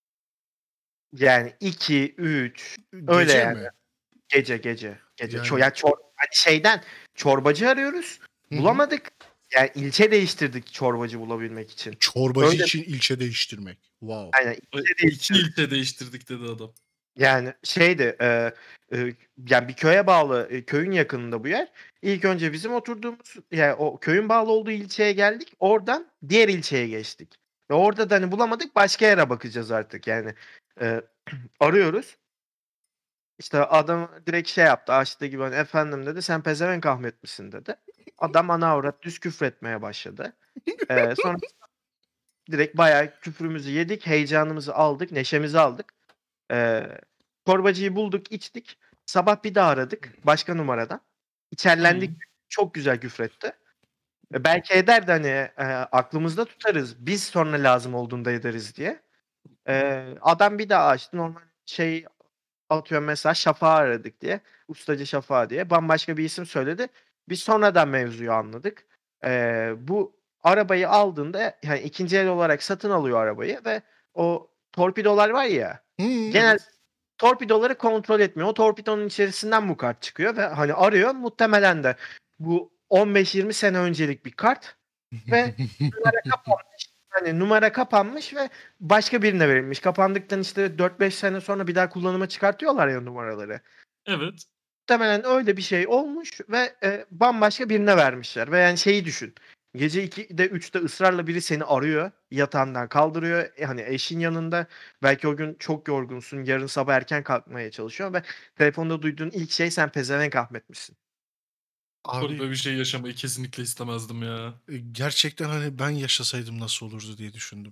[SPEAKER 3] Yani iki üç öyle
[SPEAKER 1] Gece
[SPEAKER 3] yani.
[SPEAKER 1] mi?
[SPEAKER 3] Gece, gece, gece. Ço
[SPEAKER 1] Yani
[SPEAKER 3] ya çor hani şeyden çorbacı arıyoruz.
[SPEAKER 1] Hı hı.
[SPEAKER 3] Bulamadık. Yani ilçe değiştirdik çorbacı bulabilmek için.
[SPEAKER 1] Çorbacı
[SPEAKER 3] Öyle
[SPEAKER 1] için ilçe değiştirmek. Wow.
[SPEAKER 3] aynen
[SPEAKER 2] Ay,
[SPEAKER 3] ilçe
[SPEAKER 2] İki
[SPEAKER 3] değiştirdik.
[SPEAKER 2] ilçe değiştirdik dedi adam.
[SPEAKER 3] Yani şeydi, eee, eee, yani bir köye bağlı, eee, köyün yakınında bu yer. İlk önce bizim oturduğumuz yani o köyün bağlı olduğu ilçeye geldik. Oradan diğer ilçeye geçtik. Ve orada da hani bulamadık başka yere bakacağız artık yani. Eee, arıyoruz. İşte adam direkt şey yaptı, açtığı gibi hani "Efendim" dedi, "Sen pezevenk Ahmet misin?" dedi. Adam ana avrat düz küfretmeye başladı. Eee, sonrasında direkt bayağı küfrümüzü yedik, heyecanımızı aldık, neşemizi aldık. Eee, çorbacıyı bulduk, içtik. Sabah bir daha aradık başka numaradan. İçerlendik.
[SPEAKER 2] Hımm.
[SPEAKER 3] Çok güzel küfretti. E, belki eder de hani, eee, aklımızda tutarız. Biz sonra lazım olduğunda ederiz diye. Eee, adam bir daha açtı. Normal şey atıyorum mesela Şafak'ı aradık diye. Ustacı Şafak diye. Bambaşka bir isim söyledi. Biz sonradan mevzuyu anladık. Eee, bu arabayı aldığında yani ikinci el olarak satın alıyor arabayı ve o torpidolar var ya,
[SPEAKER 1] Hıı.
[SPEAKER 3] genel
[SPEAKER 2] Evet.
[SPEAKER 3] torpidoları kontrol etmiyor. O torpidonun içerisinden bu kart çıkıyor ve hani arıyor. Muhtemelen de bu on beş yirmi sene öncelik bir kart ve numara kapanmış. Hani numara kapanmış ve başka birine verilmiş. Kapandıktan işte dört beş sene sonra bir daha kullanıma çıkartıyorlar ya numaraları.
[SPEAKER 2] Evet.
[SPEAKER 3] Muhtemelen öyle bir şey olmuş ve, eee, bambaşka birine vermişler ve yani şeyi düşün, gece ikide üçte ısrarla biri seni arıyor, yatağından kaldırıyor. E, hani eşin yanında, belki o gün çok yorgunsun, yarın sabah erken kalkmaya çalışıyor ve telefonda duyduğun ilk şey "Sen pezevenk Ahmet misin?"
[SPEAKER 1] Abi
[SPEAKER 2] Böyle bir şey yaşamayı kesinlikle istemezdim ya.
[SPEAKER 1] e, gerçekten hani ben yaşasaydım nasıl olurdu diye düşündüm.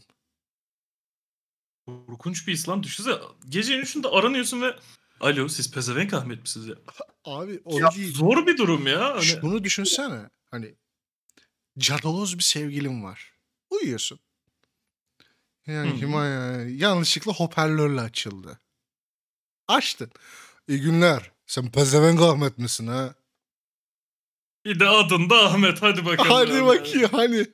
[SPEAKER 2] Korkunç bir his lan. Düşünsene gecenin üçünde aranıyorsun ve "Alo, siz pezevenk Ahmet misiniz?" ya.
[SPEAKER 1] Abi
[SPEAKER 3] Ya
[SPEAKER 1] onu değil.
[SPEAKER 2] Zor bir durum ya. Hani
[SPEAKER 1] Şunu düşünsene. Hani cadaloz bir sevgilin var. Uyuyorsun. Yani
[SPEAKER 2] Hımm.
[SPEAKER 1] himayaya yanlışlıkla hoparlörle açıldı. Açtın. İyi günler. Sen pezevenk Ahmet misin ha?
[SPEAKER 2] Bir de adın da Ahmet. Hadi bakalım
[SPEAKER 1] Hadi
[SPEAKER 2] yani.
[SPEAKER 1] bakayım hani.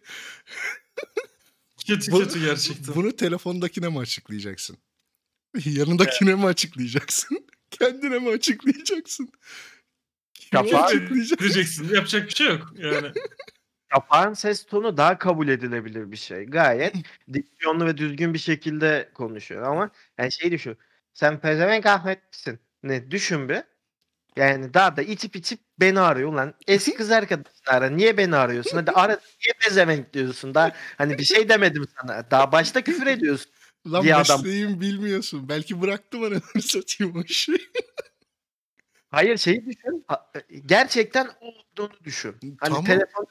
[SPEAKER 2] Kötü
[SPEAKER 1] Bu,
[SPEAKER 2] kötü gerçekten.
[SPEAKER 1] bunu telefondakine mi açıklayacaksın? Yanındakine mi açıklayacaksın? Kendine mi açıklayacaksın? Kime
[SPEAKER 3] Şafak
[SPEAKER 2] Küfür
[SPEAKER 1] açıklayacaksın?
[SPEAKER 2] edeceksin. Yapacak bir şey yok yani.
[SPEAKER 3] Şafak'ın ses tonu daha kabul edilebilir bir şey. Gayet diksiyonlu ve düzgün bir şekilde konuşuyor ama yani şeyi düşün, "Sen pezevenk Ahmet misin?" Ne düşün bir. Yani daha da içip içip beni arıyor. Ulan eski kız arkadaşını ara. Niye beni arıyorsun? Hadi ara niye pezevenk diyorsun? Daha hani bir şey demedim sana. Daha başta küfür ediyorsun
[SPEAKER 1] Lan
[SPEAKER 3] diye adam.
[SPEAKER 1] mesleğimi bilmiyorsun. Belki bıraktım anasını satayım o işi.
[SPEAKER 3] Hayır şeyi düşün. Ha, e, gerçekten o olduğunu düşün. Hani
[SPEAKER 1] Tamam.
[SPEAKER 3] telefon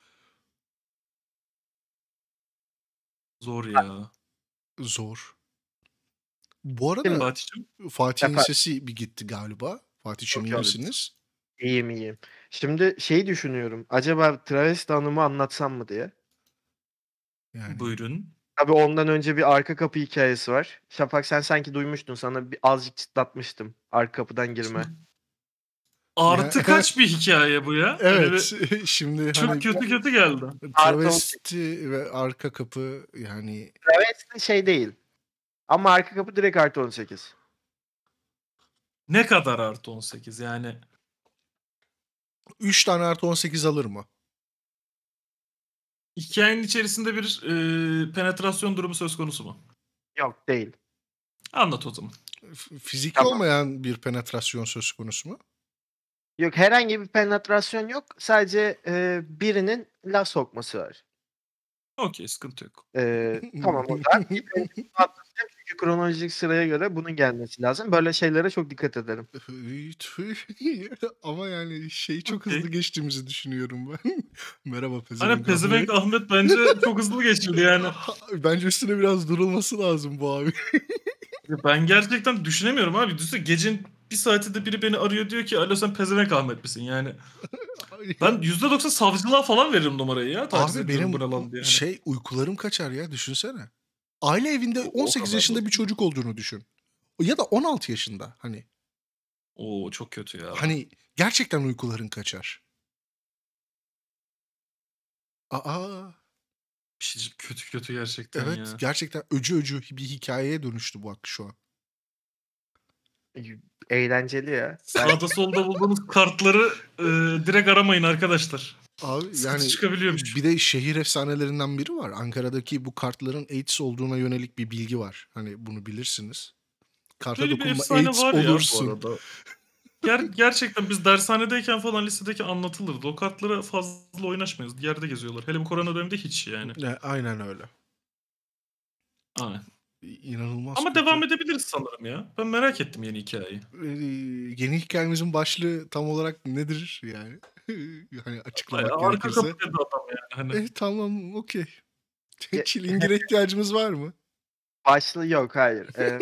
[SPEAKER 2] Zor ya.
[SPEAKER 1] Zor. Bu
[SPEAKER 3] Şimdi
[SPEAKER 1] arada
[SPEAKER 2] Fatih'cim.
[SPEAKER 1] Fatih'in
[SPEAKER 3] efendim.
[SPEAKER 1] sesi bir gitti galiba. Fatih'cim
[SPEAKER 3] Yok
[SPEAKER 1] iyi
[SPEAKER 3] yok.
[SPEAKER 2] Evet.
[SPEAKER 1] misiniz?
[SPEAKER 3] İyiyim iyiyim. Şimdi şeyi düşünüyorum. Acaba travesti anımı anlatsam mı diye.
[SPEAKER 1] Yani
[SPEAKER 2] Buyurun.
[SPEAKER 3] Tabii ondan önce bir arka kapı hikâyesi var. Şafak sen sanki duymuştun. Sana bir azıcık çıtlatmıştım arka kapıdan girme.
[SPEAKER 1] ya
[SPEAKER 2] Artı kaç bir hikaye bu ya? Hani
[SPEAKER 1] evet
[SPEAKER 2] bir
[SPEAKER 1] şimdi
[SPEAKER 2] çok
[SPEAKER 1] hani
[SPEAKER 2] kötü kötü geldi.
[SPEAKER 3] Artı on sekiz.
[SPEAKER 1] travesti ve arka kapı yani
[SPEAKER 3] Travesti şey değil ama arka kapı direkt artı on sekiz.
[SPEAKER 2] Ne kadar artı on sekiz yani?
[SPEAKER 1] üç tane artı on sekiz alır mı?
[SPEAKER 2] Hikâyenin içerisinde bir, eee, penetrasyon durumu söz konusu mu?
[SPEAKER 3] Yok değil.
[SPEAKER 2] Anlat o zaman.
[SPEAKER 1] F fiziki
[SPEAKER 3] Tamam.
[SPEAKER 1] olmayan bir penetrasyon söz konusu mu?
[SPEAKER 3] Yok herhangi bir penetrasyon yok. Sadece, eee, birinin laf sokması var.
[SPEAKER 2] Okay, sıkıntı yok.
[SPEAKER 3] Eee, tamam o zaman ilk önce bunu anlatacağım Çünkü kronolojik sıraya göre bunun gelmesi lazım. Böyle şeylere çok dikkat ederim.
[SPEAKER 1] Ama yani şeyi çok hızlı
[SPEAKER 2] Okay.
[SPEAKER 1] geçtiğimizi düşünüyorum ben. Merhaba
[SPEAKER 2] Aynen
[SPEAKER 1] Pezevenk
[SPEAKER 2] Pezevenk
[SPEAKER 1] Ahmet.
[SPEAKER 2] Ahmet bence çok hızlı geçildi yani.
[SPEAKER 1] Bence üstüne biraz durulması lazım bu abi.
[SPEAKER 2] Ya ben gerçekten düşünemiyorum abi. Düşünsene gecenin bir saatinde biri beni arıyor diyor ki alo sen Pezevenk Ahmet misin yani. Ben yüzde doksan savcılığa falan veririm numarayı ya taciz
[SPEAKER 1] Abi
[SPEAKER 2] ediyorum bu
[SPEAKER 1] benim
[SPEAKER 2] ne lan diye. Hani.
[SPEAKER 1] şey uykularım kaçar ya düşünsene. Aile evinde
[SPEAKER 2] O,
[SPEAKER 1] on
[SPEAKER 2] o
[SPEAKER 1] sekiz
[SPEAKER 2] kadar da
[SPEAKER 1] yaşında bir
[SPEAKER 2] değil.
[SPEAKER 1] çocuk olduğunu düşün. Ya da on altı yaşında hani.
[SPEAKER 2] Oo çok kötü ya.
[SPEAKER 1] Hani gerçekten uykuların kaçar. Aa,
[SPEAKER 2] Bir şey kötü kötü gerçekten
[SPEAKER 1] evet
[SPEAKER 2] ya.
[SPEAKER 1] gerçekten öcü öcü bir hikayeye dönüştü bu şu an.
[SPEAKER 3] Eğlenceli ya. Ben
[SPEAKER 2] Sağda solda bulduğunuz kartları e, direkt aramayın arkadaşlar.
[SPEAKER 1] Abi
[SPEAKER 2] Sıkıntı
[SPEAKER 1] yani
[SPEAKER 2] çıkabiliyormuş.
[SPEAKER 1] bir de şehir efsanelerinden biri var. Ankara'daki bu kartların AIDS olduğuna yönelik bir bilgi var. Hani bunu bilirsiniz. Karta
[SPEAKER 2] Böyle bir
[SPEAKER 1] dokunma
[SPEAKER 2] efsane
[SPEAKER 1] AIDS
[SPEAKER 2] var ya bu
[SPEAKER 1] olursun.
[SPEAKER 2] arada. Ger gerçekten biz dershanedeyken falan lisedeki anlatılırdı. O kartlara fazla oynaşmayız. Yerde geziyorlar. Hele bu korona döneminde hiç yani.
[SPEAKER 1] Ne, aynen öyle.
[SPEAKER 2] Aynen.
[SPEAKER 1] İnanılmaz
[SPEAKER 2] Ama
[SPEAKER 1] kötü.
[SPEAKER 2] devam edebiliriz sanırım ya. Ben merak ettim yeni hikayeyi.
[SPEAKER 1] Ee, yeni hikayemizin başlığı tam olarak nedir yani? Hani açıklamak
[SPEAKER 2] Bayağı arka kapı
[SPEAKER 1] gerekirse.
[SPEAKER 2] dedi adam yani. Hani.
[SPEAKER 1] Eh tamam okey.
[SPEAKER 3] Ge-
[SPEAKER 1] Çilingire ihtiyacımız var mı?
[SPEAKER 3] başlığı yok, hayır. Eee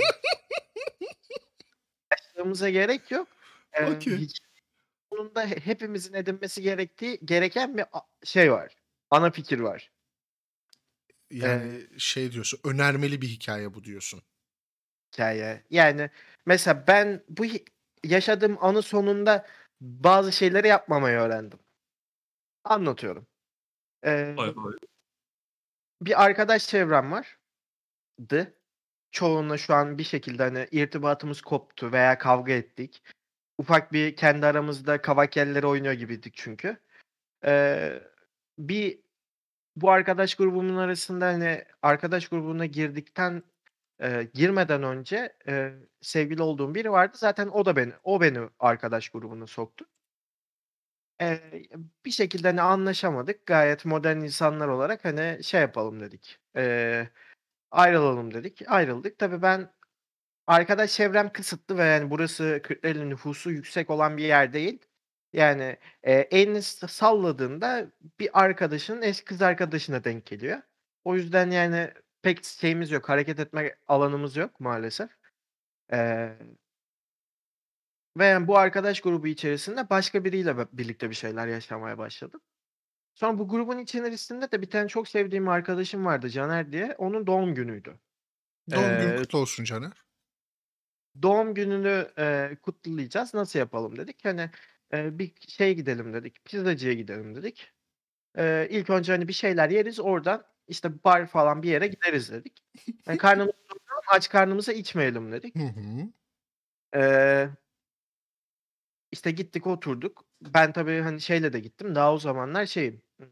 [SPEAKER 3] başlığımıza gerek yok. Eee
[SPEAKER 1] Okey.
[SPEAKER 3] hikayenin sonunda he hepimizin edinmesi gerektiği gereken bir a şey var. Ana fikir var. Eee
[SPEAKER 1] Yani şey diyorsun, önermeli bir hikaye bu diyorsun.
[SPEAKER 3] Hikâye. Yani mesela ben bu hi yaşadığım anı sonunda bazı şeyleri yapmamayı öğrendim. Anlatıyorum. Eee
[SPEAKER 2] Vay vay.
[SPEAKER 3] bir arkadaş çevrem vardı. Çoğunla şu an bir şekilde, hani, irtibatımız koptu veya kavga ettik. Ufak bir kendi aramızda kavak yelleri oynuyor gibiydik çünkü. Eee, bir bu arkadaş grubumun arasında, hani, arkadaş grubuna girdikten eee, girmeden önce, eee, sevgili olduğum biri vardı. Zaten o da beni o beni arkadaş grubuna soktu. Eee, bir şekilde, hani, anlaşamadık. Gayet modern insanlar olarak, hani, şey yapalım dedik, eee, ayrılalım dedik. Ayrıldık. Tabii ben arkadaş çevrem kısıtlı ve, yani, burası Kırklareli nüfusu yüksek olan bir yer değil. Yani, eee, elini s salladığında bir arkadaşının eski kız arkadaşına denk geliyor. O yüzden, yani, pek şeyimiz yok, hareket etme alanımız yok maalesef. Eee ve, yani, bu arkadaş grubu içerisinde başka biriyle be birlikte bir şeyler yaşamaya başladım. Sonra bu grubun içerisinde de bir tane çok sevdiğim arkadaşım vardı, Caner diye. Onun doğum günüydü.
[SPEAKER 1] Doğum günün
[SPEAKER 3] Eee
[SPEAKER 1] kutlu olsun Caner.
[SPEAKER 3] Doğum gününü, eee, kutlayacağız. Nasıl yapalım dedik. Hani, eee, bir şeye gidelim dedik, pizzacıya gidelim dedik. Eee, ilk önce, hani, bir şeyler yeriz, oradan, işte, bar falan bir yere gideriz dedik. Hani, karnımızı doyuralım, aç karnımıza içmeyelim dedik.
[SPEAKER 1] Hı hı.
[SPEAKER 3] Eee işte, gittik, oturduk. Ben tabii, hani, şeyle de gittim, daha o zamanlar şeyim, ımm,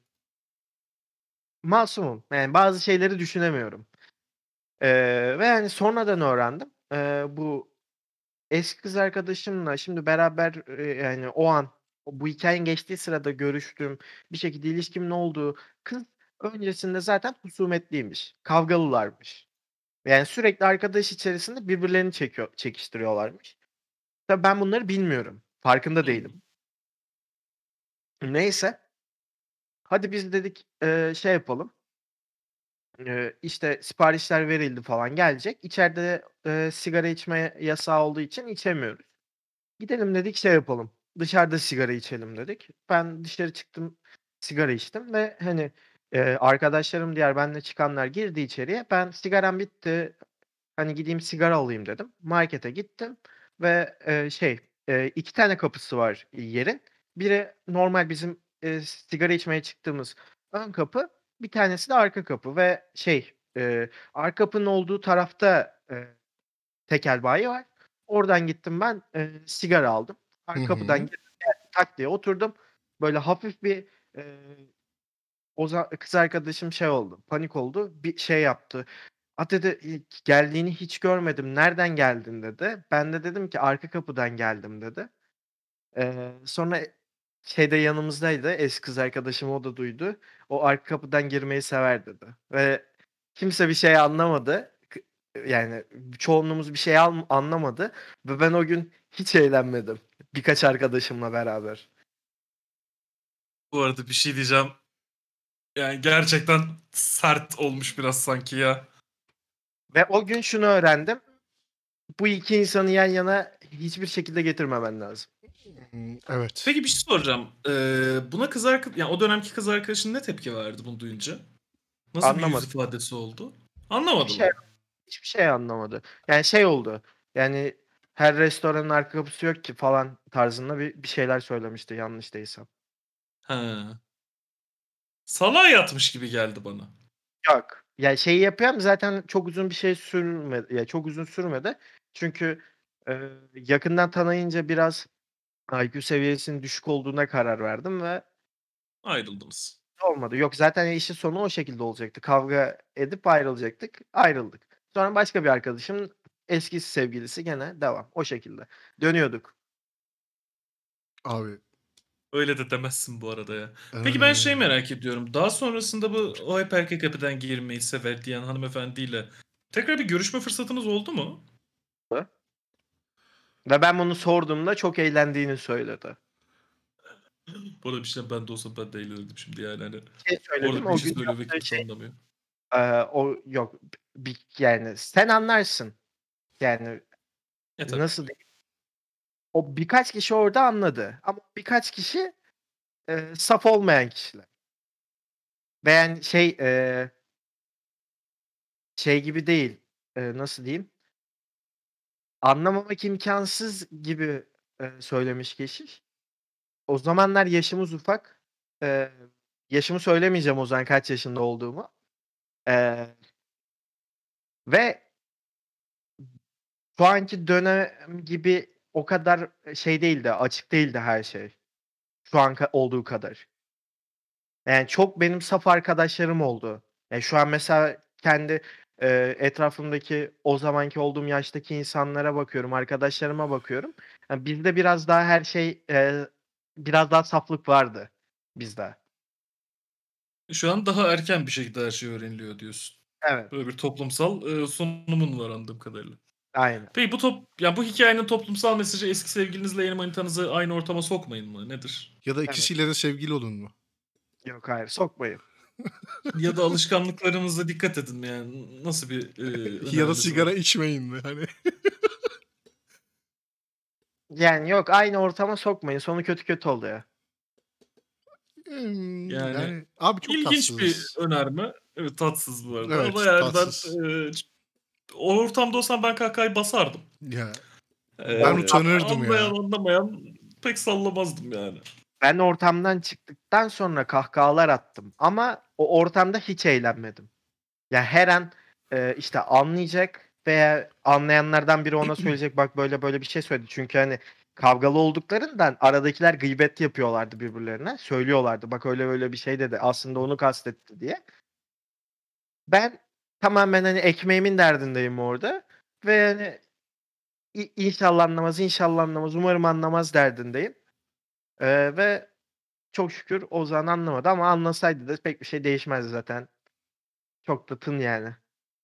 [SPEAKER 3] masumum. Yani, bazı şeyleri düşünemiyorum. Eee, ve, hani, sonradan öğrendim. Eee, bu eski kız arkadaşımla şimdi beraber, eee, yani, o an, o bu hikâyenin geçtiği sırada görüştüğüm, bir şekilde ilişkimin olduğu kız öncesinde zaten husumetliymiş, kavgalılarmış. Yani, sürekli arkadaş içerisinde birbirlerini çekiyor çekiştiriyorlarmış. Tabii ben bunları bilmiyorum, farkında değilim.
[SPEAKER 2] Hımm.
[SPEAKER 3] Neyse, hadi biz dedik, eee, şey yapalım, eee, işte, siparişler verildi falan, gelecek. İçeride, eee, sigara içme yasağı olduğu için içemiyoruz. Gidelim dedik, şey yapalım, dışarıda sigara içelim dedik. Ben dışarı çıktım, sigara içtim ve, hani, eee, arkadaşlarım, diğer benimle çıkanlar girdi içeriye. Ben sigaram bitti, hani, gideyim sigara alayım dedim. Markete gittim ve, eee, şey, eee, iki tane kapısı var yerin. Biri normal bizim, eee, sigara içmeye çıktığımız ön kapı, bir tanesi de arka kapı ve şey, eee, arka kapının olduğu tarafta, eee, tekel bayi var. Oradan gittim ben, eee, sigara aldım.
[SPEAKER 1] Hı
[SPEAKER 3] Arka kapıdan
[SPEAKER 1] hı.
[SPEAKER 3] girdim, geldim tak diye oturdum. Böyle hafif bir, eee, o za kız arkadaşım şey oldu, panik oldu. Bir şey yaptı. "A," dedi, "ilk geldiğini hiç görmedim. Nereden geldin?" dedi. Ben de dedim ki, "Arka kapıdan geldim." dedi. Eee, sonra şey de yanımızdaydı, eski kız arkadaşım, o da duydu. "O arka kapıdan girmeyi sever." dedi ve kimse bir şey anlamadı. Kı Yani çoğunluğumuz bir şey al- anlamadı ve ben o gün hiç eğlenmedim. Birkaç arkadaşımla beraber.
[SPEAKER 2] Bu arada bir şey diyeceğim. Yani gerçekten sert olmuş biraz sanki ya.
[SPEAKER 3] Ve o gün şunu öğrendim. Bu iki insanı yan yana hiçbir şekilde getirmemen lazım.
[SPEAKER 1] Hmm, Evet.
[SPEAKER 2] Peki bir şey soracağım. Ee, buna kız arkadaş, yani o dönemki kız arkadaşın ne tepki verdi bunu duyunca? Nasıl bir yüz
[SPEAKER 3] Anlamadım.
[SPEAKER 2] ifadesi oldu?
[SPEAKER 3] Bir
[SPEAKER 2] Anlamadı
[SPEAKER 3] şey,
[SPEAKER 2] mı?
[SPEAKER 3] hiçbir şey anlamadı. Yani şey oldu. Yani her restoranın arka kapısı yok ki falan tarzında bir, bir şeyler söylemişti yanlış değilsem.
[SPEAKER 2] He. Salağa yatmış gibi geldi bana.
[SPEAKER 3] Yok. Ya şeyi yapıyorum zaten çok uzun bir şey sürmedi. Ya çok uzun sürmedi. Çünkü e, yakından tanıyınca biraz I Q seviyesinin düşük olduğuna karar verdim ve
[SPEAKER 2] Ayrıldınız.
[SPEAKER 3] olmadı. Yok zaten işin sonu o şekilde olacaktı. Kavga edip ayrılacaktık. Ayrıldık. Sonra başka bir arkadaşımın eski sevgilisi gene devam. O şekilde. Dönüyorduk.
[SPEAKER 1] Abi.
[SPEAKER 2] Öyle de demezsin bu arada ya.
[SPEAKER 1] eee,
[SPEAKER 2] Peki ben şey merak ediyorum. Daha sonrasında bu o hep erkek kapıdan girmeyi sever diyen hanımefendiyle tekrar bir görüşme fırsatınız oldu mu?
[SPEAKER 3] Ve ben bunu sorduğumda çok eğlendiğini söyledi.
[SPEAKER 2] Bu arada bir şey ben de olsam ben de eğlenirdim şimdi yani. Hani
[SPEAKER 3] Şey söyledim
[SPEAKER 2] orada bir
[SPEAKER 3] o
[SPEAKER 2] şey
[SPEAKER 3] gün
[SPEAKER 2] söylüyor ve
[SPEAKER 3] yaptığı
[SPEAKER 2] kimse
[SPEAKER 3] şey
[SPEAKER 2] anlamıyor.
[SPEAKER 3] eee, o yok bir, yani sen anlarsın. Yani
[SPEAKER 2] E tabii.
[SPEAKER 3] nasıl diyeyim? O birkaç kişi orada anladı. Ama birkaç kişi eee, saf olmayan kişiler. Ve yani şey eee, şey gibi değil. Eee, nasıl diyeyim? Anlamamak imkansız gibi eee, söylemiş keşiş. O zamanlar yaşımız ufak. Eee, yaşımı söylemeyeceğim o zaman kaç yaşında olduğumu. Eee, ve şu anki dönem gibi o kadar şey değildi, açık değildi her şey. Şu an ka- olduğu kadar. Yani çok benim saf arkadaşlarım oldu. Yani şu an mesela kendi eee, etrafımdaki o zamanki olduğum yaştaki insanlara bakıyorum, arkadaşlarıma bakıyorum. Yani bizde biraz daha her şey eee, biraz daha saflık vardı bizde.
[SPEAKER 2] Şu an daha erken bir şekilde her şey öğreniliyor diyorsun.
[SPEAKER 3] Evet,
[SPEAKER 2] Böyle bir toplumsal e, sunumun var anladığım kadarıyla.
[SPEAKER 3] aynen.
[SPEAKER 2] Peki bu top ya bu hikayenin toplumsal mesajı eski sevgilinizle yeni manitanızı aynı ortama sokmayın mı? Nedir?
[SPEAKER 1] Ya da
[SPEAKER 3] Evet.
[SPEAKER 1] ikisiyle de sevgili olun mu?
[SPEAKER 3] Yok hayır sokmayın.
[SPEAKER 2] Ya da alışkanlıklarınıza dikkat edin yani. Nasıl bir e,
[SPEAKER 1] Ya da
[SPEAKER 2] öneriniz
[SPEAKER 1] sigara
[SPEAKER 2] var?
[SPEAKER 1] içmeyin mi? Hani.
[SPEAKER 3] Yani yok aynı ortama sokmayın. Sonu kötü kötü oluyor.
[SPEAKER 1] Hmm,
[SPEAKER 2] Yani
[SPEAKER 1] Yani abi çok
[SPEAKER 2] ilginç bir
[SPEAKER 1] tatsız.
[SPEAKER 2] önerme. Evet, tatsız bu arada ama
[SPEAKER 1] Evet,
[SPEAKER 2] yani ben
[SPEAKER 1] tatsız.
[SPEAKER 2] e, o ortamda olsam ben kahkahayı basardım.
[SPEAKER 1] Ya ben
[SPEAKER 2] E,
[SPEAKER 1] utanırdım
[SPEAKER 2] anlayan
[SPEAKER 1] ya.
[SPEAKER 2] anlamayan pek sallamazdım yani.
[SPEAKER 3] Ben ortamdan çıktıktan sonra kahkahalar attım ama o ortamda hiç eğlenmedim. Ya her an, eee, işte anlayacak veya anlayanlardan biri ona söyleyecek, "Bak böyle böyle bir şey söyledi." Çünkü, hani, kavgalı olduklarından aradakiler gıybet yapıyorlardı birbirlerine. Söylüyorlardı, "Bak öyle böyle bir şey dedi, aslında onu kastetti." diye. Ben tamamen, hani, ekmeğimin derdindeyim orada ve, hani, İ inşallah anlamaz, inşallah anlamaz, umarım anlamaz derdindeyim. Eee, ve çok şükür Ozan anlamadı ama anlasaydı da pek bir şey değişmezdi zaten. Çok da tın yani.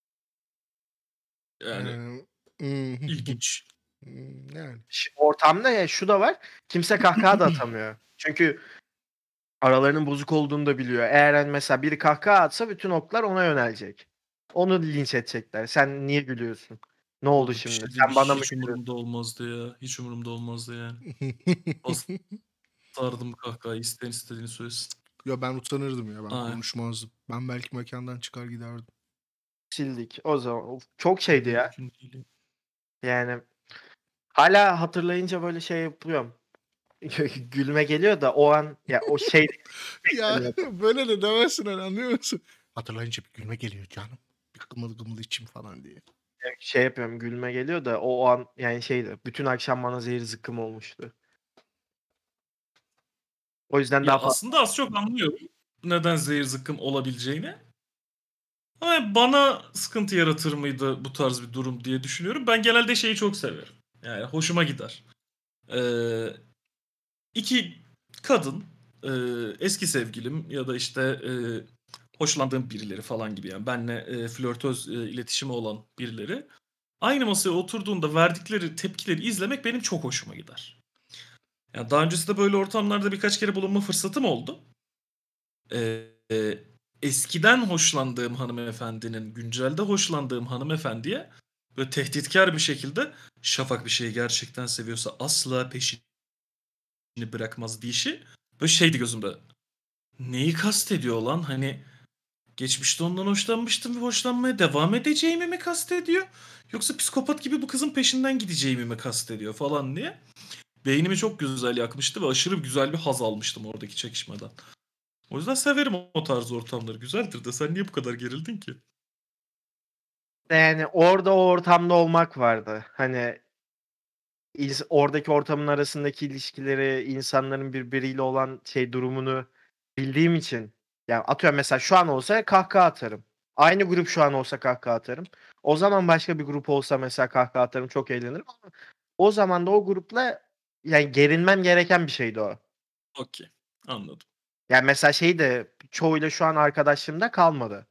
[SPEAKER 2] Yani
[SPEAKER 1] Eee, ımm,
[SPEAKER 2] ilginç.
[SPEAKER 1] ımm, yani.
[SPEAKER 3] Ş ortamda ya şu da var, kimse kahkaha da atamıyor. Çünkü aralarının bozuk olduğunu da biliyor. Eğer, hani, mesela biri kahkaha atsa bütün oklar ona yönelecek. Onu linç edecekler. "Sen niye gülüyorsun? Ne oldu
[SPEAKER 2] Burada bir
[SPEAKER 3] şimdi?
[SPEAKER 2] şey diyeyim
[SPEAKER 3] Sen
[SPEAKER 2] mi?
[SPEAKER 3] bana mı
[SPEAKER 2] Hiç
[SPEAKER 3] gülüyorsun?"
[SPEAKER 2] umurumda olmazdı ya. Hiç umurumda olmazdı yani. Basardım kahkahayı isteyen istediğini söylesin.
[SPEAKER 1] Ya ben utanırdım ya. Ben
[SPEAKER 2] Ay.
[SPEAKER 1] konuşmazdım. Ben belki mekândan çıkar giderdim.
[SPEAKER 3] Sildik. O zaman of çok şeydi ya.
[SPEAKER 2] Mümkün değil.
[SPEAKER 3] Yani hâlâ hatırlayınca böyle şey yapıyorum. Gülme geliyor da o an ya o şey
[SPEAKER 1] Ya
[SPEAKER 3] beklemiyorum.
[SPEAKER 1] böyle de demezsin hani anlıyor musun? Hatırlayınca bir gülme geliyor canım. Bir gımıl gımıl içim falan diye.
[SPEAKER 3] Şey yapıyorum, gülme geliyor da o o an yani şeydi, bütün akşam bana zehir zıkkım olmuştu. O yüzden
[SPEAKER 2] Ya
[SPEAKER 3] daha fazla
[SPEAKER 2] aslında az çok anlıyorum neden zehir zıkkım olabileceğini. Ama bana sıkıntı yaratır mıydı bu tarz bir durum diye düşünüyorum. Ben genelde şeyi çok severim. Yani hoşuma gider. Ee, iki kadın, e, eski sevgilim ya da işte e, hoşlandığım birileri falan gibi yani benle e, flörtöz e, iletişimi olan birileri aynı masaya oturduğunda verdikleri tepkileri izlemek benim çok hoşuma gider. Yani daha öncesinde böyle ortamlarda birkaç kere bulunma fırsatım oldu. Ee, e, eskiden hoşlandığım hanımefendinin güncelde hoşlandığım hanımefendiye böyle tehditkar bir şekilde Şafak bir şeyi gerçekten seviyorsa asla peşini bırakmaz diyişi böyle şeydi gözümde. Neyi kastediyor lan? Hani geçmişte ondan hoşlanmıştım ve hoşlanmaya devam edeceğimi mi kastediyor? Yoksa psikopat gibi bu kızın peşinden gideceğimi mi kastediyor falan diye. Beynimi çok güzel yakmıştı ve aşırı güzel bir haz almıştım oradaki çekişmeden. O yüzden severim o tarz ortamları. Güzeldir de sen niye bu kadar gerildin ki?
[SPEAKER 3] Yani orada o ortamda olmak vardı. Hani ins- oradaki ortamın arasındaki ilişkileri, insanların birbiriyle olan şey durumunu bildiğim için. Yani atıyorum mesela şu an olsa kahkaha atarım. Aynı grup şu an olsa kahkaha atarım. O zaman başka bir grup olsa mesela kahkaha atarım, çok eğlenirim ama o zaman da o grupla yani gerilmem gereken bir şeydi o.
[SPEAKER 2] Okey. Anladım.
[SPEAKER 3] Yani mesela şey de çoğuyla şu an arkadaşlığımda kalmadı.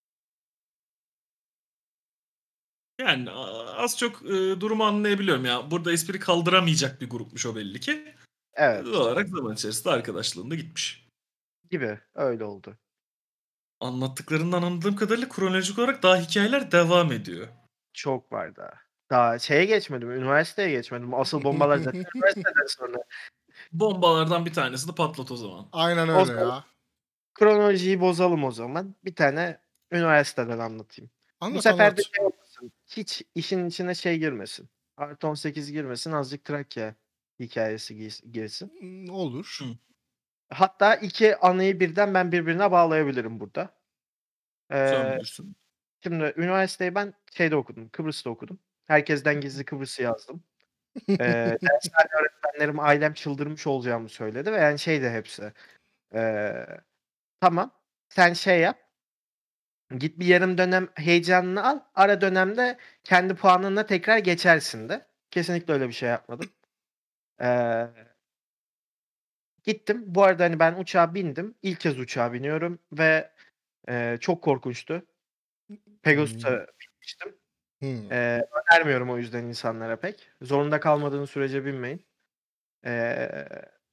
[SPEAKER 2] Yani a- az çok e, durumu anlayabiliyorum ya. Burada espri kaldıramayacak bir grupmuş o belli ki.
[SPEAKER 3] Evet,
[SPEAKER 2] Doğal olarak zaman içerisinde arkadaşlığında gitmiş.
[SPEAKER 3] gibi öyle oldu.
[SPEAKER 2] Anlattıklarından anladığım kadarıyla kronolojik olarak daha hikayeler devam ediyor.
[SPEAKER 3] Çok var daha. Daha şeye geçmedim, üniversiteye geçmedim. Asıl bombalar zaten üniversiteden sonra.
[SPEAKER 2] Bombalardan bir tanesini patlat o zaman.
[SPEAKER 1] Aynen
[SPEAKER 3] O
[SPEAKER 1] öyle
[SPEAKER 3] zaman
[SPEAKER 1] ya.
[SPEAKER 3] kronolojiyi bozalım o zaman. Bir tane üniversiteden anlatayım. Bu
[SPEAKER 1] Anlat
[SPEAKER 3] sefer de
[SPEAKER 1] anlat.
[SPEAKER 3] şey olmasın. Hiç işin içine şey girmesin. Artı on sekiz girmesin. Azıcık Trakya hikayesi gir- girsin.
[SPEAKER 1] Hmm, Olur.
[SPEAKER 2] Hı.
[SPEAKER 3] Hatta iki anıyı birden ben birbirine bağlayabilirim burada.
[SPEAKER 2] Sen
[SPEAKER 3] Ee,
[SPEAKER 2] bilirsin.
[SPEAKER 3] Şimdi üniversiteyi ben şeyde okudum. Kıbrıs'ta okudum. Herkesten gizli Kıbrıs'ı yazdım. Ee, Dershane öğretmenlerim, ailem çıldırmış olacağımı söyledi ve yani şeydi hepsi. Ee, tamam, sen şey yap. Git bir yarım dönem heyecanını al. Ara dönemde kendi puanınla tekrar geçersin de. Kesinlikle öyle bir şey yapmadım. Ee, Gittim. Bu arada hani ben uçağa bindim. İlk kez uçağa biniyorum ve e, çok korkunçtu. Pegasus'a
[SPEAKER 1] Hmm,
[SPEAKER 3] binmiştim.
[SPEAKER 1] hmm.
[SPEAKER 3] Ee, önermiyorum o yüzden insanlara pek. Zorunda kalmadığınız sürece binmeyin. Ee,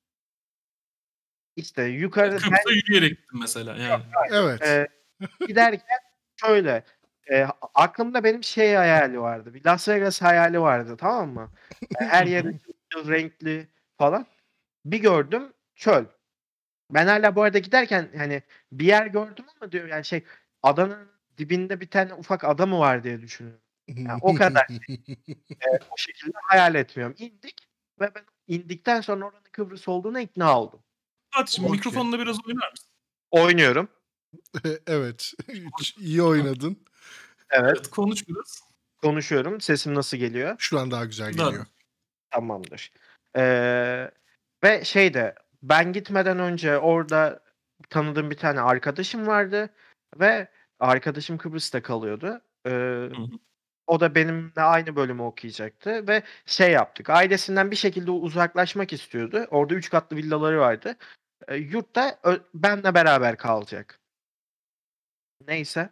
[SPEAKER 3] işte yukarı
[SPEAKER 2] Kıbrıs'a yürüyerek gittim mesela yani.
[SPEAKER 1] Evet.
[SPEAKER 3] Eee, giderken şöyle, eee, aklımda benim şey hayali vardı, bir Las Vegas hayali vardı, tamam mı? Her
[SPEAKER 2] Hı
[SPEAKER 3] yer
[SPEAKER 2] hı.
[SPEAKER 3] ışıl ışıl renkli falan. Bir gördüm, çöl. Ben hâlâ bu arada giderken, hani, bir yer gördüm ama diyorum, yani, şey, adanın dibinde bir tane ufak ada mı var diye düşünüyorum. Yani o kadar, eee, o şekilde hayal etmiyorum. İndik ve ben indikten sonra oranın Kıbrıs olduğuna ikna oldum.
[SPEAKER 2] Fatih'cim
[SPEAKER 1] Okey.
[SPEAKER 2] mikrofonla biraz oynar mısın?
[SPEAKER 3] Oynuyorum.
[SPEAKER 1] Evet. Hiç iyi oynadın.
[SPEAKER 3] Evet,
[SPEAKER 2] Evet konuş biraz.
[SPEAKER 3] konuşuyorum. Sesim nasıl geliyor?
[SPEAKER 1] Şu an daha güzel
[SPEAKER 2] Daha
[SPEAKER 1] geliyor.
[SPEAKER 3] Tamamdır. Eee, ve şey de ben gitmeden önce orada tanıdığım bir tane arkadaşım vardı ve arkadaşım Kıbrıs'ta kalıyordu. Eee,
[SPEAKER 2] Hı hı.
[SPEAKER 3] o da benimle aynı bölümü okuyacaktı ve şey yaptık, ailesinden bir şekilde uzaklaşmak istiyordu. Orada üç katlı villaları vardı. Eee, yurtta ö benle beraber kalacak. Neyse.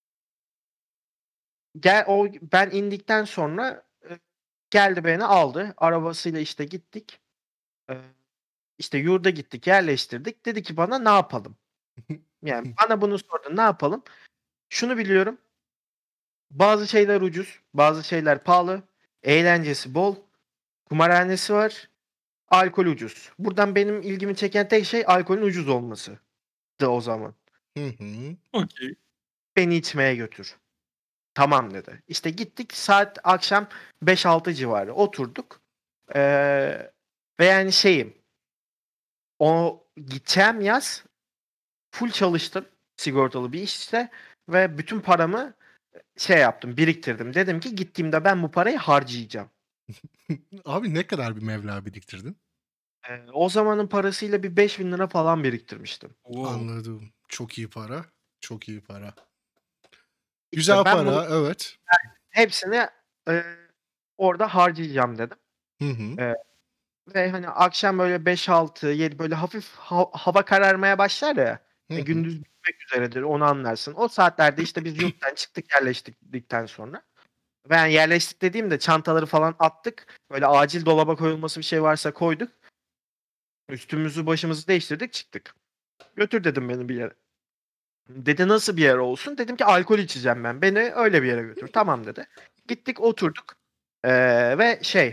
[SPEAKER 3] Gel o ben indikten sonra, eee, geldi beni aldı. Arabasıyla, işte, gittik. Eee İşte, yurda gittik, yerleştirdik. Dedi ki bana, "Ne yapalım?" Yani bana bunu sordu, "Ne yapalım?" Şunu biliyorum, bazı şeyler ucuz, bazı şeyler pahalı, eğlencesi bol, kumarhanesi var, alkol ucuz. Buradan benim ilgimi çeken tek şey alkolün ucuz olmasıydı o zaman.
[SPEAKER 1] Hı hı.
[SPEAKER 2] Okey.
[SPEAKER 3] "Beni içmeye götür." "Tamam." dedi. İşte, gittik, saat akşam beş altı civarı oturduk, eee, ve yani şeyim, o gideceğim yaz full çalıştım sigortalı bir işte ve bütün paramı, şey yaptım, biriktirdim. Dedim ki gittiğimde ben bu parayı harcayacağım.
[SPEAKER 1] Abi ne kadar bir meblağ biriktirdin?
[SPEAKER 3] Eee, o zamanın parasıyla bir beş bin lira falan biriktirmiştim.
[SPEAKER 2] Wow.
[SPEAKER 1] Anladım. Çok iyi para. Çok iyi para. Güzel
[SPEAKER 3] İşte ben bunu
[SPEAKER 1] para, evet.
[SPEAKER 3] hepsini, eee, orada harcayacağım dedim.
[SPEAKER 1] Hı hı.
[SPEAKER 3] Eee, ve hani akşam böyle beş altı yedi böyle hafif ha hava kararmaya başlar ya,
[SPEAKER 1] Hı
[SPEAKER 3] e,
[SPEAKER 1] hı.
[SPEAKER 3] gündüz bitmek üzeredir. Onu anlarsın. O saatlerde işte biz yurttan çıktık yerleştikten sonra. Ve yani yerleştik dediğimde çantaları falan attık. Böyle acil dolaba koyulması bir şey varsa koyduk. Üstümüzü başımızı değiştirdik çıktık. Götür dedim beni bir yere. Dedi nasıl bir yer olsun? Dedim ki alkol içeceğim ben. Beni öyle bir yere götür. Tamam dedi. Gittik oturduk. Ee, ve şey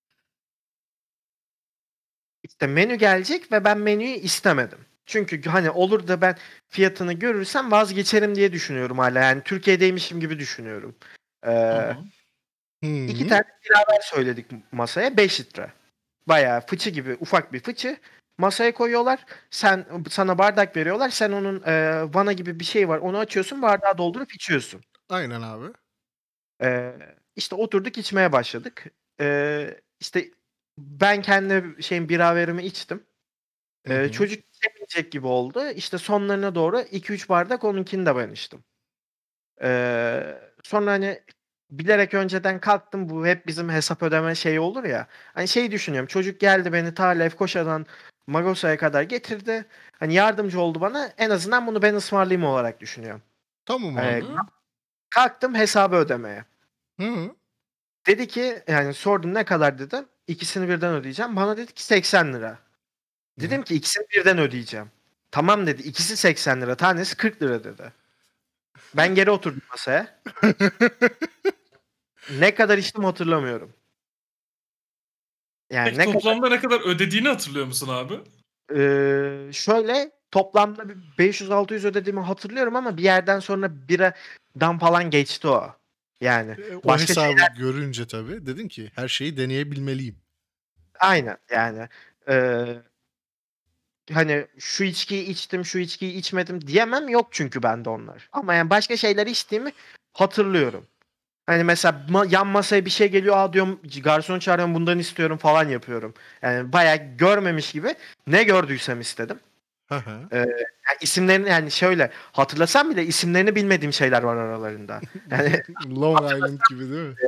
[SPEAKER 3] işte menü gelecek ve ben menüyü istemedim. Çünkü hani olur da ben fiyatını görürsem vazgeçerim diye düşünüyorum hala. Yani Türkiye'deymişim gibi düşünüyorum.
[SPEAKER 2] Hı
[SPEAKER 3] Ee,
[SPEAKER 1] Hı
[SPEAKER 3] iki
[SPEAKER 1] hı.
[SPEAKER 3] tane birader söyledik masaya. beş litre. Bayağı fıçı gibi ufak bir fıçı. Masaya koyuyorlar. Sen sana bardak veriyorlar. Sen onun e, vana gibi bir şey var. Onu açıyorsun, bardağı doldurup içiyorsun.
[SPEAKER 1] Aynen abi.
[SPEAKER 3] Eee, işte oturduk içmeye başladık. Eee, işte ben kendi şeyim biraderimi içtim.
[SPEAKER 1] Hı
[SPEAKER 3] Eee,
[SPEAKER 1] hı.
[SPEAKER 3] çocuk içemeyecek gibi oldu. İşte sonlarına doğru iki üç bardak onunkini de ben içtim. Eee, sonra hani bilerek önceden kalktım. Bu hep bizim hesap ödeme şeyi olur ya. Hani şeyi düşünüyorum. Çocuk geldi beni ta Lefkoşa'dan Magosa'ya kadar getirdi. Hani yardımcı oldu bana. En azından bunu ben ısmarlayayım olarak düşünüyorum.
[SPEAKER 1] Tamam
[SPEAKER 3] Eee,
[SPEAKER 1] abi.
[SPEAKER 3] kalktım hesabı ödemeye.
[SPEAKER 1] Hı hı.
[SPEAKER 3] Dedi ki yani sordum ne kadar dedim. İkisini birden ödeyeceğim. Bana dedi ki seksen lira.
[SPEAKER 1] Ne?
[SPEAKER 3] Dedim ki ikisini birden ödeyeceğim. Tamam dedi. İkisi seksen lira. Tanesi kırk lira dedi. Ben geri oturdum masaya. Ne kadar içtim hatırlamıyorum. Yani
[SPEAKER 2] Peki
[SPEAKER 3] ne kadar
[SPEAKER 2] toplamda ne kadar ödediğini hatırlıyor musun abi?
[SPEAKER 3] Eee, şöyle toplamda bir beş yüz altı yüz ödediğimi hatırlıyorum ama bir yerden sonra biradan falan geçti o. Yani
[SPEAKER 1] E, o
[SPEAKER 3] başka
[SPEAKER 1] hesabı
[SPEAKER 3] şeyler
[SPEAKER 1] görünce tabii dedin ki her şeyi deneyebilmeliyim.
[SPEAKER 3] aynen yani. Eee Hani şu içkiyi içtim, şu içkiyi içmedim diyemem yok çünkü bende onlar. Ama yani başka şeyler içtiğimi hatırlıyorum. Hani mesela ma- yan masaya bir şey geliyor, aa diyorum garson çağırıyorum bundan istiyorum falan yapıyorum. Yani bayağı görmemiş gibi ne gördüysem istedim.
[SPEAKER 1] Hı hı.
[SPEAKER 3] Ee, yani isimlerini yani şöyle hatırlasam bile isimlerini bilmediğim şeyler var aralarında. Yani
[SPEAKER 1] Long Island gibi değil mi?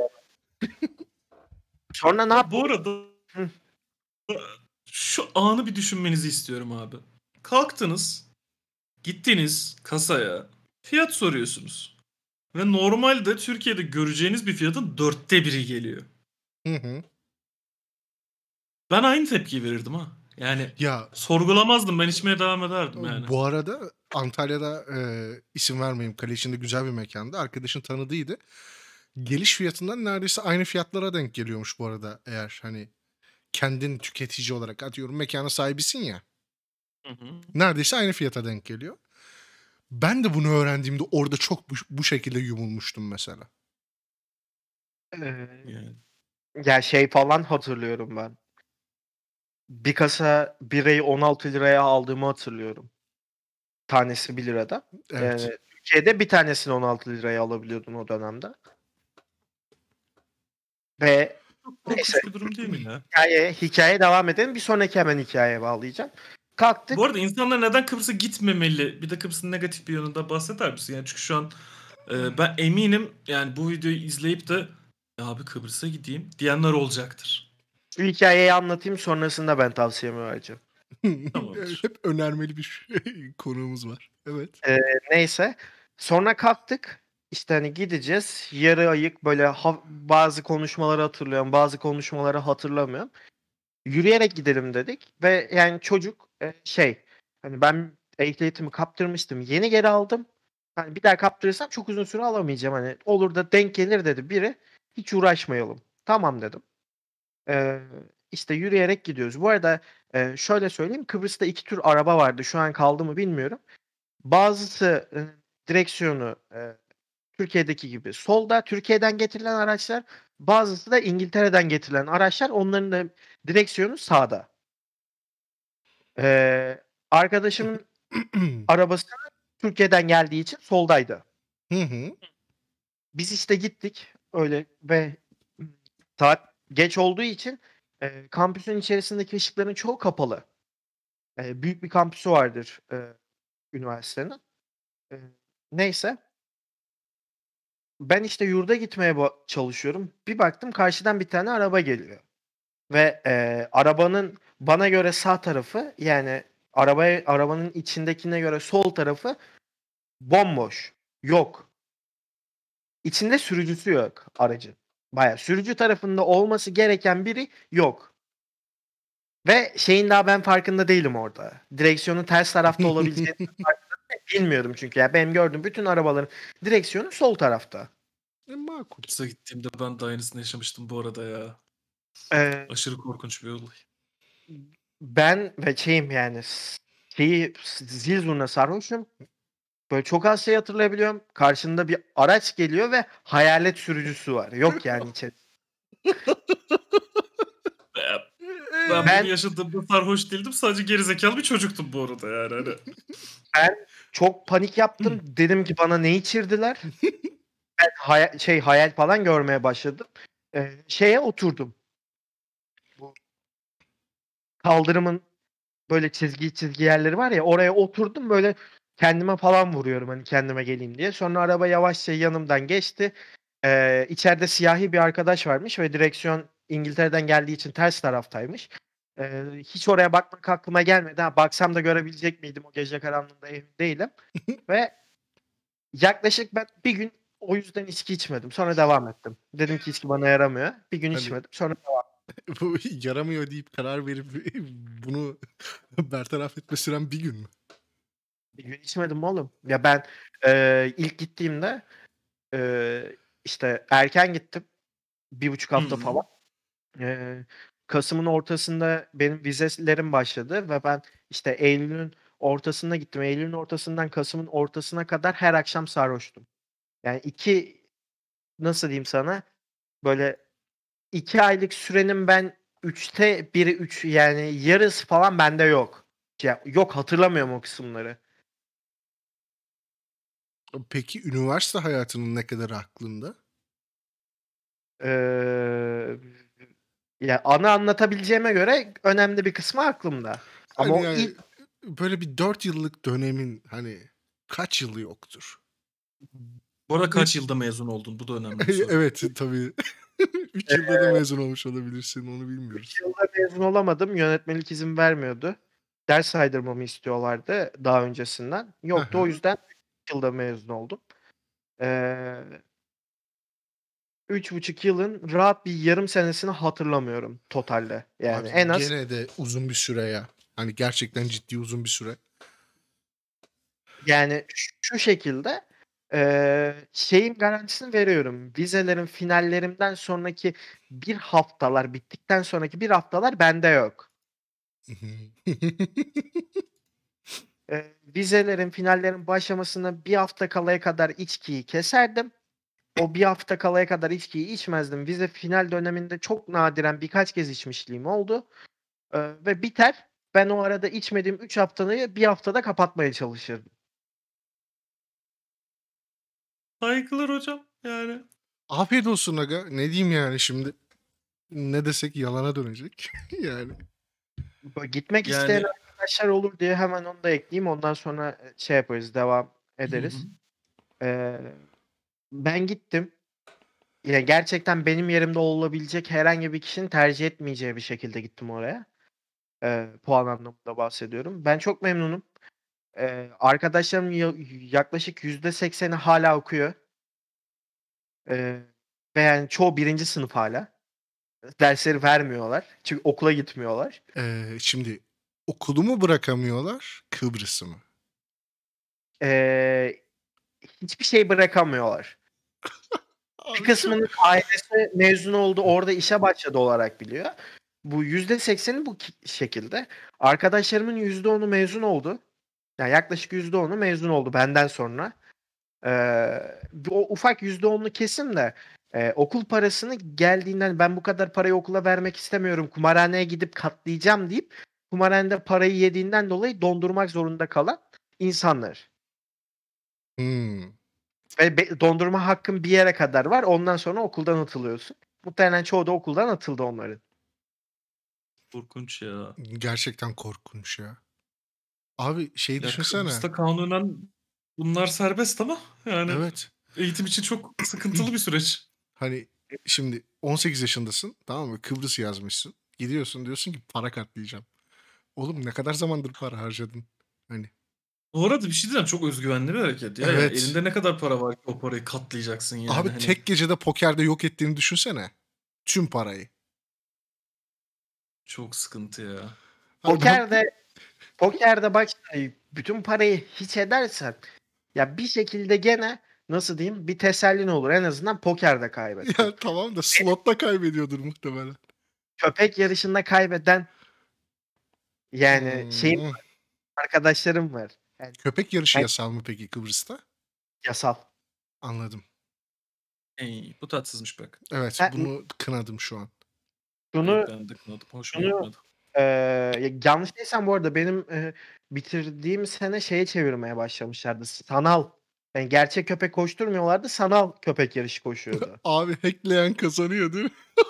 [SPEAKER 3] sonra ne
[SPEAKER 2] Ya bu
[SPEAKER 3] yaptım?
[SPEAKER 2] arada
[SPEAKER 3] Hı.
[SPEAKER 2] şu anı bir düşünmenizi istiyorum abi. Kalktınız, gittiniz kasaya, fiyat soruyorsunuz. Ve normalde Türkiye'de göreceğiniz bir fiyatın dörtte biri geliyor.
[SPEAKER 1] Hı hı.
[SPEAKER 2] Ben aynı tepkiyi verirdim ha. Yani
[SPEAKER 1] Ya
[SPEAKER 2] sorgulamazdım, ben içmeye devam ederdim yani.
[SPEAKER 1] bu arada Antalya'da e, isim vermeyeyim kale içinde güzel bir mekanda arkadaşın tanıdığıydı. Geliş fiyatından neredeyse aynı fiyatlara denk geliyormuş bu arada eğer hani kendin tüketici olarak atıyorum mekanın sahibisin ya.
[SPEAKER 2] Hı hı.
[SPEAKER 1] Neredeyse aynı fiyata denk geliyor. Ben de bunu öğrendiğimde orada çok bu, bu şekilde yumulmuştum mesela.
[SPEAKER 3] Ee,
[SPEAKER 2] Yani.
[SPEAKER 3] ya şey falan hatırlıyorum ben. Bir kasa birayı on altı liraya aldığımı hatırlıyorum. Tanesi bir lirada.
[SPEAKER 1] Evet.
[SPEAKER 3] Yani Türkiye'de bir tanesini on altı liraya alabiliyordun o dönemde. Ve
[SPEAKER 2] Çok
[SPEAKER 3] neyse
[SPEAKER 2] korkunç bir durum değil mi ya?
[SPEAKER 3] hikaye, hikaye devam edelim. Bir sonraki hemen hikayeye bağlayacağım.
[SPEAKER 2] Bu
[SPEAKER 3] Kalktık.
[SPEAKER 2] arada insanlar neden Kıbrıs'a gitmemeli? Bir de Kıbrıs'ın negatif bir yönünden bahseder misin? Yani çünkü şu an e, ben eminim yani bu videoyu izleyip de "Ya abi Kıbrıs'a gideyim" diyenler olacaktır.
[SPEAKER 3] Şu hikayeyi anlatayım sonrasında ben tavsiyemi vereceğim.
[SPEAKER 2] Tamamdır.
[SPEAKER 1] Hep önermeli bir şey- konuğumuz var. Evet.
[SPEAKER 3] Ee, neyse. Sonra kalktık. İşte hani gideceğiz. Yarı ayık böyle ha- bazı konuşmaları hatırlıyorum. Bazı konuşmaları hatırlamıyorum. Yürüyerek gidelim dedik. Ve yani çocuk e, şey hani ben ehliyetimi kaptırmıştım. Yeni geri aldım. Hani bir daha kaptırırsam çok uzun süre alamayacağım. Hani olur da denk gelir dedi biri. Hiç uğraşmayalım. Tamam dedim. Ee, işte yürüyerek gidiyoruz. Bu arada e, şöyle söyleyeyim. Kıbrıs'ta iki tür araba vardı. Şu an kaldı mı bilmiyorum. Bazısı e, direksiyonu e, Türkiye'deki gibi solda. Türkiye'den getirilen araçlar. Bazısı da İngiltere'den getirilen araçlar. Onların da direksiyonu sağda. Ee, arkadaşımın arabası Türkiye'den geldiği için soldaydı.
[SPEAKER 1] Hı hı.
[SPEAKER 3] Biz işte gittik öyle ve saat geç olduğu için e, kampüsün içerisindeki ışıkların çoğu kapalı. E, büyük bir kampüsü vardır e, üniversitenin. E, neyse ben işte yurda gitmeye ba- çalışıyorum. Bir baktım karşıdan bir tane araba geliyor. Ve e, arabanın bana göre sağ tarafı yani arabaya arabanın içindekine göre sol tarafı Bomboş. Yok. İçinde sürücüsü yok aracın. Bayağı sürücü tarafında olması gereken biri yok. Ve şeyin daha ben farkında değilim orada. Direksiyonun ters tarafta olabileceğini farkında değilim. Bilmiyorum çünkü. Ya benim gördüğüm bütün arabaların direksiyonu sol tarafta.
[SPEAKER 1] E, makul.
[SPEAKER 2] Kıbrıs'a gittiğimde ben de aynısını yaşamıştım bu arada ya.
[SPEAKER 3] Ee,
[SPEAKER 2] Aşırı korkunç bir olay.
[SPEAKER 3] ben ve şeyim yani s- şeyi s- zil zurna sarhoşum. Böyle çok az şey hatırlayabiliyorum. Karşında bir araç geliyor ve hayalet sürücüsü var. Yok yani içeri.
[SPEAKER 2] Ben, ben bunu
[SPEAKER 3] Ben
[SPEAKER 2] yaşadığımda sarhoş değildim. Sadece gerizekalı bir çocuktum bu arada yani. Hani.
[SPEAKER 3] ben çok panik yaptım. Dedim ki bana ne içirdiler? Ben haya- şey hayal falan görmeye başladım. Ee, şeye oturdum. Bu kaldırımın böyle çizgi çizgi yerleri var ya, oraya oturdum, böyle kendime falan vuruyorum hani kendime geleyim diye. Sonra araba yavaşça yanımdan geçti. Ee, içeride siyahi bir arkadaş varmış ve direksiyon İngiltere'den geldiği için ters taraftaymış. Ee, hiç oraya bakmak aklıma gelmedi. Ha, baksam da görebilecek miydim o gece karanlığında, emin değilim. Ve yaklaşık ben bir gün o yüzden içki içmedim. Sonra devam ettim. Dedim ki içki bana yaramıyor. Bir gün
[SPEAKER 1] Hani
[SPEAKER 3] içmedim. Sonra devam.
[SPEAKER 1] bu yaramıyor deyip karar verip bunu bertaraf etme süren bir gün mü?
[SPEAKER 3] Bir gün içmedim oğlum. Ya ben eee, ilk gittiğimde eee, işte erken gittim. Bir buçuk
[SPEAKER 2] Hı
[SPEAKER 3] hafta
[SPEAKER 2] hı.
[SPEAKER 3] falan. Eee, Kasım'ın ortasında benim vizelerim başladı ve ben işte Eylül'ün ortasına gittim. Eylül'ün ortasından Kasım'ın ortasına kadar her akşam sarhoştum. Yani iki, nasıl diyeyim sana, böyle iki aylık sürenin ben üçte biri, üç yani yarısı falan bende yok. Ya, yok, hatırlamıyorum o kısımları.
[SPEAKER 1] Peki üniversite hayatının ne kadar aklında?
[SPEAKER 3] Eee, ya anı anlatabileceğime göre önemli bir kısmı aklımda. Ama
[SPEAKER 1] Hani
[SPEAKER 3] o
[SPEAKER 1] yani
[SPEAKER 3] ilk
[SPEAKER 1] böyle bir dört yıllık dönemin hani kaç yılı yoktur?
[SPEAKER 2] Bu arada kaç yılda mezun oldun? Bu da önemli bir soru.
[SPEAKER 1] Evet tabii. üç yılda da mezun olmuş olabilirsin, onu
[SPEAKER 3] üç
[SPEAKER 1] bilmiyoruz.
[SPEAKER 3] yılda mezun olamadım. Yönetmelik izin vermiyordu. Ders saydırmamı istiyorlardı daha öncesinden.
[SPEAKER 1] Hı
[SPEAKER 3] Yoktu, o
[SPEAKER 1] hı.
[SPEAKER 3] yüzden üç yılda mezun oldum. Eee üç buçuk yılın rahat bir yarım senesini hatırlamıyorum totalde. Yani
[SPEAKER 1] Abi
[SPEAKER 3] en az,
[SPEAKER 1] gene de uzun bir süre ya. Hani gerçekten ciddi uzun bir süre.
[SPEAKER 3] yani ş şu şekilde, eee, şeyin garantisini veriyorum. Vizelerin finallerimden sonraki bir haftalar, bittikten sonraki bir haftalar bende yok.
[SPEAKER 1] Hı hı.
[SPEAKER 3] Eee, vizelerin, finallerin başlamasına bir hafta kalaya kadar içkiyi keserdim. O bir hafta kalaya kadar içkiyi içmezdim. Vize final döneminde çok nadiren birkaç kez içmişliğim oldu, eee, ve biter. Ben o arada içmediğim üç haftayı bir haftada kapatmaya çalışırdım.
[SPEAKER 2] Saygılar hocam yani.
[SPEAKER 1] Afiyet olsun aga. Ne diyeyim yani şimdi? Ne desek yalana dönecek. Yani.
[SPEAKER 3] Ba gitmek isteyen
[SPEAKER 2] Yani
[SPEAKER 3] arkadaşlar olur diye hemen onu da ekleyeyim. Ondan sonra, eee, şey yaparız, devam
[SPEAKER 2] hı hı.
[SPEAKER 3] ederiz. Eee, ben gittim. Ya, gerçekten benim yerimde olabilecek herhangi bir kişinin tercih etmeyeceği bir şekilde gittim oraya. Eee, puan anlamında bahsediyorum. Ben çok memnunum. Eee, arkadaşlarımın ya yaklaşık yüzde sekseni hâlâ okuyor. Eee, ve yani çoğu birinci sınıf hâlâ. Dersleri vermiyorlar. Çünkü okula gitmiyorlar.
[SPEAKER 1] Eee, şimdi okulu mu bırakamıyorlar, Kıbrıs'ı mı?
[SPEAKER 3] Eee, hiçbir şey bırakamıyorlar. Bir
[SPEAKER 1] Abi çok
[SPEAKER 3] kısmının ailesi mezun oldu, orada işe başladı olarak biliyor. Bu yüzde sekseni bu ki şekilde. Arkadaşlarımın yüzde onu mezun oldu. Yani yaklaşık yüzde onu mezun oldu benden sonra. Eee, o ufak yüzde onlu kesim de, eee, okul parasını geldiğinden, "Ben bu kadar parayı okula vermek istemiyorum, kumarhaneye gidip katlayacağım." deyip kumarhanede parayı yediğinden dolayı dondurmak zorunda kalan insanlar.
[SPEAKER 1] Hımm.
[SPEAKER 3] Ve be dondurma hakkın bir yere kadar var. Ondan sonra okuldan atılıyorsun. Muhtemelen çoğu da okuldan atıldı onların.
[SPEAKER 2] Korkunç ya.
[SPEAKER 1] Gerçekten korkunç ya. Abi şey
[SPEAKER 2] Ya
[SPEAKER 1] düşünsene.
[SPEAKER 2] Kıbrıs'ta kanunen bunlar serbest ama yani
[SPEAKER 1] Evet.
[SPEAKER 2] eğitim için çok sıkıntılı bir süreç.
[SPEAKER 1] Hani şimdi on sekiz yaşındasın, tamam mı? Kıbrıs yazmışsın. Gidiyorsun diyorsun ki para katlayacağım. Oğlum ne kadar zamandır para harcadın? Hani
[SPEAKER 2] Bu arada bir şey diyeceğim. Çok özgüvenli bir hareket ya. Yani
[SPEAKER 1] Evet.
[SPEAKER 2] elinde ne kadar para var ki o parayı katlayacaksın yani.
[SPEAKER 1] Abi
[SPEAKER 2] Hani
[SPEAKER 1] tek gecede pokerde yok ettiğini düşünsene. Tüm parayı.
[SPEAKER 2] çok sıkıntı ya.
[SPEAKER 1] Hani ben
[SPEAKER 3] Pokerde pokerde bak şimdi bütün parayı hiç edersen ya bir şekilde gene nasıl diyeyim bir tesellin olur. En azından pokerde kaybettin.
[SPEAKER 1] ya tamam da slotta kaybediyordur muhtemelen.
[SPEAKER 3] Köpek yarışında kaybeden yani şeyim
[SPEAKER 1] Hmm.
[SPEAKER 3] var, arkadaşlarım var. Yani,
[SPEAKER 1] Köpek yarışı
[SPEAKER 3] yani
[SPEAKER 1] yasal mı peki Kıbrıs'ta?
[SPEAKER 3] yasal.
[SPEAKER 1] Anladım.
[SPEAKER 2] Ey, bu tatsızmış bak.
[SPEAKER 1] Evet,
[SPEAKER 3] Ha,
[SPEAKER 1] bunu kınadım şu an.
[SPEAKER 2] Evet
[SPEAKER 3] şunu
[SPEAKER 2] ben de kınadım. Hoşuma
[SPEAKER 3] şunu
[SPEAKER 2] gitmedi.
[SPEAKER 3] eee, ya yanlış değilsem bu arada benim eee, bitirdiğim sene şeye çevirmeye başlamışlardı. Sanal. Yani gerçek köpek koşturmuyorlardı. Sanal köpek yarışı koşuyordu.
[SPEAKER 1] Abi hackleyen kazanıyor değil mi?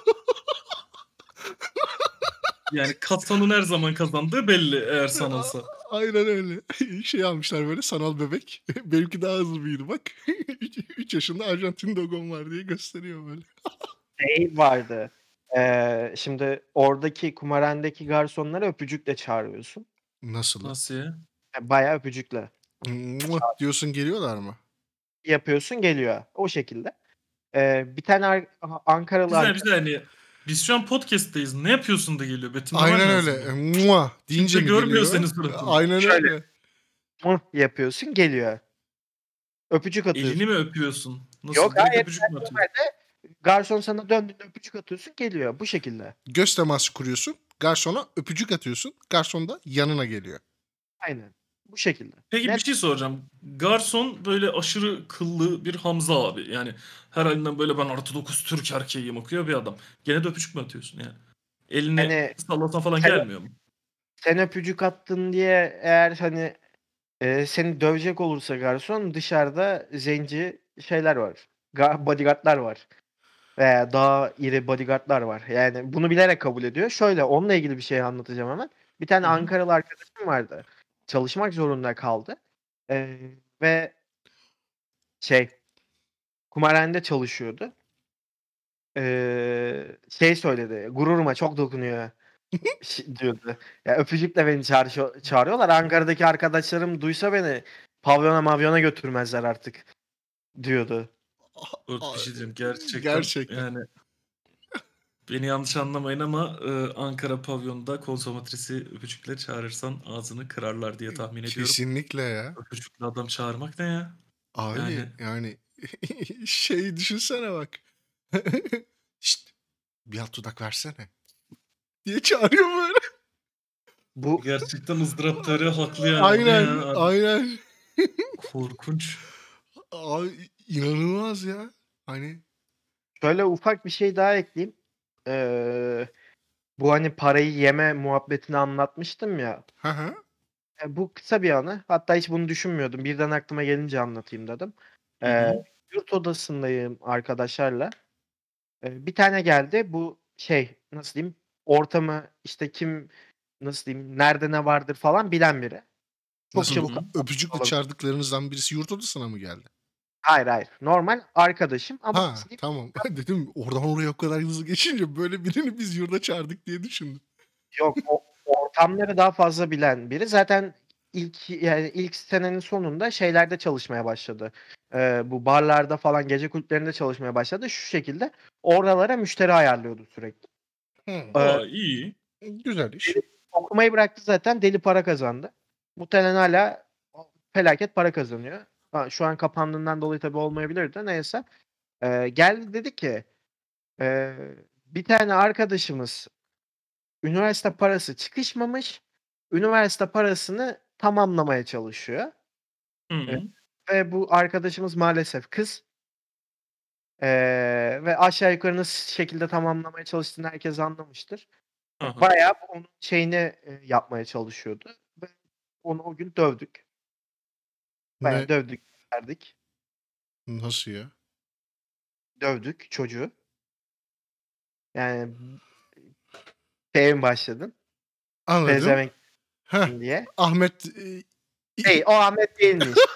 [SPEAKER 2] Yani kasanın her zaman kazandığı belli eğer
[SPEAKER 1] A-
[SPEAKER 2] sanalsa.
[SPEAKER 1] Aynen öyle. Şey almışlar böyle sanal bebek. Benimki daha hızlı büyüdü bak. üç yaşında Arjantin dogom var diye gösteriyor böyle.
[SPEAKER 3] Şey vardı. Eee, şimdi oradaki kumarhanedeki garsonlara öpücükle çağırıyorsun.
[SPEAKER 1] Nasıl?
[SPEAKER 2] Nasıl ya?
[SPEAKER 3] Ya bayağı öpücükle
[SPEAKER 1] Muah
[SPEAKER 3] çağır
[SPEAKER 1] diyorsun geliyorlar mı?
[SPEAKER 3] yapıyorsun geliyor. O şekilde. Eee, bir tane ar A Ankaralı
[SPEAKER 2] Bir saniye bir
[SPEAKER 3] arkadaş
[SPEAKER 2] saniye. Biz şu an podcast'teyiz. Ne yapıyorsun da geliyor? Betimlemen
[SPEAKER 1] Aynen
[SPEAKER 2] lazım
[SPEAKER 1] öyle.
[SPEAKER 2] bunu.
[SPEAKER 1] Muah deyince
[SPEAKER 2] Kimse
[SPEAKER 1] mi
[SPEAKER 2] görmüyor
[SPEAKER 1] geliyor?
[SPEAKER 2] senin suratını.
[SPEAKER 1] Aynen
[SPEAKER 3] şöyle
[SPEAKER 1] öyle.
[SPEAKER 3] "mıh" yapıyorsun geliyor. Öpücük
[SPEAKER 2] Elini
[SPEAKER 3] atıyorsun.
[SPEAKER 2] mi öpüyorsun?
[SPEAKER 3] Yok
[SPEAKER 2] Nasıl? Direkt
[SPEAKER 3] hayır
[SPEAKER 2] öpücük
[SPEAKER 3] sen
[SPEAKER 2] mü atıyorsun?
[SPEAKER 3] normalde garson sana döndüğünde öpücük atıyorsun geliyor. Bu şekilde.
[SPEAKER 1] Göz teması kuruyorsun. Garsona öpücük atıyorsun. Garson da yanına geliyor.
[SPEAKER 3] Aynen. Bu şekilde.
[SPEAKER 2] Peki bir
[SPEAKER 3] Neden?
[SPEAKER 2] şey soracağım. Garson böyle aşırı kıllı bir Hamza abi. Yani her halinden böyle ben artı dokuz Türk erkeğiyim okuyor bir adam. Gene de öpücük mü atıyorsun yani? Elini
[SPEAKER 3] Hani
[SPEAKER 2] sallasan falan
[SPEAKER 3] sen
[SPEAKER 2] gelmiyor mu?
[SPEAKER 3] sen öpücük attın diye eğer hani, eee, seni dövecek olursa garson dışarıda zenci şeyler var. Ga bodyguard'lar var veya daha iri bodyguard'lar var. Yani bunu bilerek kabul ediyor. Şöyle, onunla ilgili bir şey anlatacağım hemen. Bir tane
[SPEAKER 2] Hı hı.
[SPEAKER 3] Ankaralı arkadaşım vardı. Çalışmak zorunda kaldı, eee, ve şey, kumarhanede çalışıyordu. Eee, şey söyledi, "Gururuma çok dokunuyor." ş diyordu. Ya, öpücükle beni çağrışıyor çağırıyorlar. Ankara'daki arkadaşlarım duysa beni pavyona mavyona götürmezler artık diyordu.
[SPEAKER 2] Ört bir şey diyeceğim. Gerçekten
[SPEAKER 1] Gerçekten.
[SPEAKER 2] yani beni yanlış anlamayın ama e, Ankara pavyonda konsomatrisi öpücükle çağırırsan ağzını kırarlar diye tahmin ediyorum.
[SPEAKER 1] Kesinlikle ya.
[SPEAKER 2] Öpücükle adam çağırmak ne ya?
[SPEAKER 1] Abi
[SPEAKER 2] Yani
[SPEAKER 1] yani şey düşünsene bak. Şşt, bir alt dudak versene diye çağırıyor böyle.
[SPEAKER 3] Bu
[SPEAKER 2] gerçekten ızdırap tarih haklı yani. Bu ne
[SPEAKER 1] Aynen,
[SPEAKER 2] ya? Abi,
[SPEAKER 1] aynen.
[SPEAKER 2] korkunç.
[SPEAKER 1] Abi inanılmaz ya. Hani
[SPEAKER 3] şöyle ufak bir şey daha ekleyeyim. Eee, bu, hani, parayı yeme muhabbetini anlatmıştım ya.
[SPEAKER 1] hı hı.
[SPEAKER 3] Eee, bu kısa bir anı. Hatta hiç bunu düşünmüyordum. Birden aklıma gelince anlatayım dedim.
[SPEAKER 2] Hı
[SPEAKER 3] Eee,
[SPEAKER 2] hı.
[SPEAKER 3] yurt odasındayım arkadaşlarla. Eee, bir tane geldi. Bu şey, nasıl diyeyim, ortamı, işte, kim, nasıl diyeyim, nerede ne vardır falan bilen biri. Çok
[SPEAKER 2] Hı
[SPEAKER 1] Nasıl
[SPEAKER 3] çabuk
[SPEAKER 2] hı.
[SPEAKER 1] öpücükle
[SPEAKER 3] olabilir.
[SPEAKER 1] çağırdıklarınızdan birisi yurt odasına mı geldi?
[SPEAKER 3] Hayır, hayır. Normal arkadaşım ama
[SPEAKER 1] Ha
[SPEAKER 3] nasıl diyeyim,
[SPEAKER 1] tamam. Dedim oradan oraya o kadar hızlı geçince böyle birini biz yurda çağırdık diye düşündüm.
[SPEAKER 3] yok, o ortamları daha fazla bilen biri. Zaten ilk, yani, ilk senenin sonunda şeylerde çalışmaya başladı. Eee, bu barlarda falan, gece kulüplerinde çalışmaya başladı. Şu şekilde, oralara müşteri ayarlıyordu sürekli.
[SPEAKER 1] Hımm.
[SPEAKER 3] Eee,
[SPEAKER 2] Aa iyi.
[SPEAKER 1] Güzel iş.
[SPEAKER 3] deli okumayı bıraktı zaten, deli para kazandı. Muhtemelen hâlâ felaket para kazanıyor. Ha, şu an kapandığından dolayı tabii olmayabilir de neyse. Eee, geldi dedi ki, eee, bir tane arkadaşımız üniversite parası çıkışmamış, üniversite parasını tamamlamaya çalışıyor.
[SPEAKER 2] Hı
[SPEAKER 3] Eee,
[SPEAKER 2] hı.
[SPEAKER 3] ve bu arkadaşımız maalesef kız. Eee, ve aşağı yukarı nasıl şekilde tamamlamaya çalıştığını herkes anlamıştır.
[SPEAKER 2] Hı
[SPEAKER 3] Eee,
[SPEAKER 2] hı.
[SPEAKER 3] bayağı onun şeyini, eee, yapmaya çalışıyordu ve onu o gün dövdük. Bayağı
[SPEAKER 1] Ne?
[SPEAKER 3] dövdük, verdik.
[SPEAKER 1] Nasıl ya?
[SPEAKER 3] Dövdük çocuğu. Yani, şeye mi başladın?
[SPEAKER 1] Anladım.
[SPEAKER 3] Pezevenk
[SPEAKER 1] Heh.
[SPEAKER 3] diye.
[SPEAKER 1] Ahmet, eee,
[SPEAKER 3] Değil, o Ahmet değilmiş.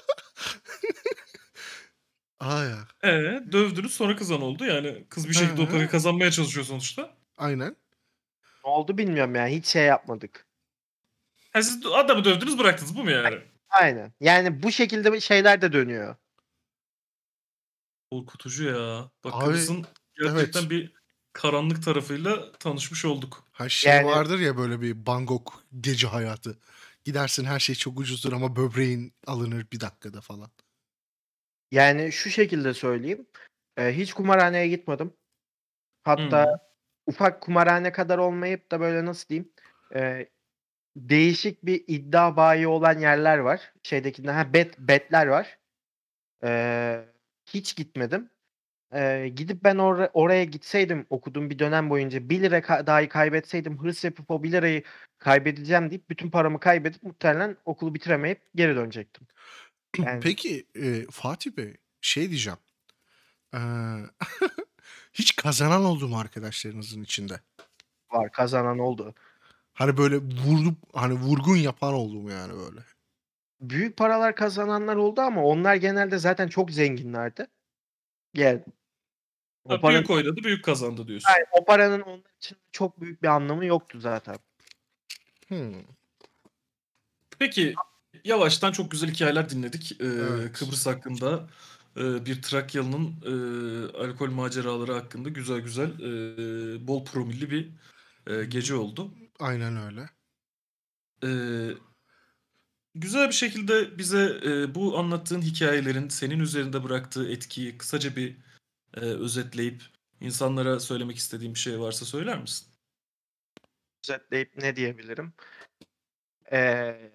[SPEAKER 1] A, ya.
[SPEAKER 2] Ee, dövdünüz sonra kızan oldu. Yani kız bir
[SPEAKER 1] Hı
[SPEAKER 2] şekilde o parayı
[SPEAKER 1] hı.
[SPEAKER 2] kazanmaya çalışıyor sonuçta.
[SPEAKER 1] Aynen.
[SPEAKER 3] Ne oldu bilmiyorum yani, hiç şey yapmadık.
[SPEAKER 2] Ha siz adamı dövdünüz bıraktınız bu mu yani?
[SPEAKER 3] Aynen. Yani bu şekilde bir şeyler de dönüyor.
[SPEAKER 2] Korkutucu ya. Bak
[SPEAKER 1] Abi
[SPEAKER 2] Kıbrıs'ın
[SPEAKER 1] evet.
[SPEAKER 2] gerçekten bir karanlık tarafıyla tanışmış olduk.
[SPEAKER 1] Ha şey
[SPEAKER 3] Yani
[SPEAKER 1] vardır ya böyle bir Bangkok gece hayatı. Gidersin her şey çok ucuzdur ama böbreğin alınır bir dakikada falan.
[SPEAKER 3] yani şu şekilde söyleyeyim. Eee, hiç kumarhaneye gitmedim. Hatta
[SPEAKER 2] Hımm.
[SPEAKER 3] ufak kumarhane kadar olmayıp da böyle nasıl diyeyim, eee, değişik bir iddia bayi olan yerler var. Şeydekinde ha bet betler var. Eee, hiç gitmedim. Eee, gidip ben ora oraya gitseydim okuduğum bir dönem boyunca bir lira ka dahi kaybetseydim hırs yapıp o bir lirayı kaybedeceğim deyip bütün paramı kaybedip muhtemelen okulu bitiremeyip geri dönecektim. Yani
[SPEAKER 1] Peki e, Fatih Bey şey diyeceğim. Ee, hiç kazanan oldu mu arkadaşlarınızın içinde?
[SPEAKER 3] var, kazanan oldu.
[SPEAKER 1] Hani böyle vurup hani vurgun yapan oldu mu yani böyle?
[SPEAKER 3] Büyük paralar kazananlar oldu ama onlar genelde zaten çok zenginlerdi. Yani o
[SPEAKER 2] Ha,
[SPEAKER 3] paranın
[SPEAKER 2] büyük oynadı, büyük kazandı diyorsun.
[SPEAKER 3] Aynen, o paranın onlar için çok büyük bir anlamı yoktu zaten.
[SPEAKER 1] Hmm,
[SPEAKER 2] Peki, yavaştan çok güzel hikâyeler dinledik. Eee,
[SPEAKER 1] evet.
[SPEAKER 2] Kıbrıs hakkında, eee, bir Trakyalı'nın, eee, alkol maceraları hakkında güzel güzel, eee, bol promilli bir, eee, gece oldu.
[SPEAKER 1] Aynen öyle.
[SPEAKER 2] Eee, güzel bir şekilde bize, eee, bu anlattığın hikâyelerin senin üzerinde bıraktığı etkiyi kısaca bir, eee, özetleyip insanlara söylemek istediğin bir şey varsa söyler misin?
[SPEAKER 3] Özetleyip ne diyebilirim? Eee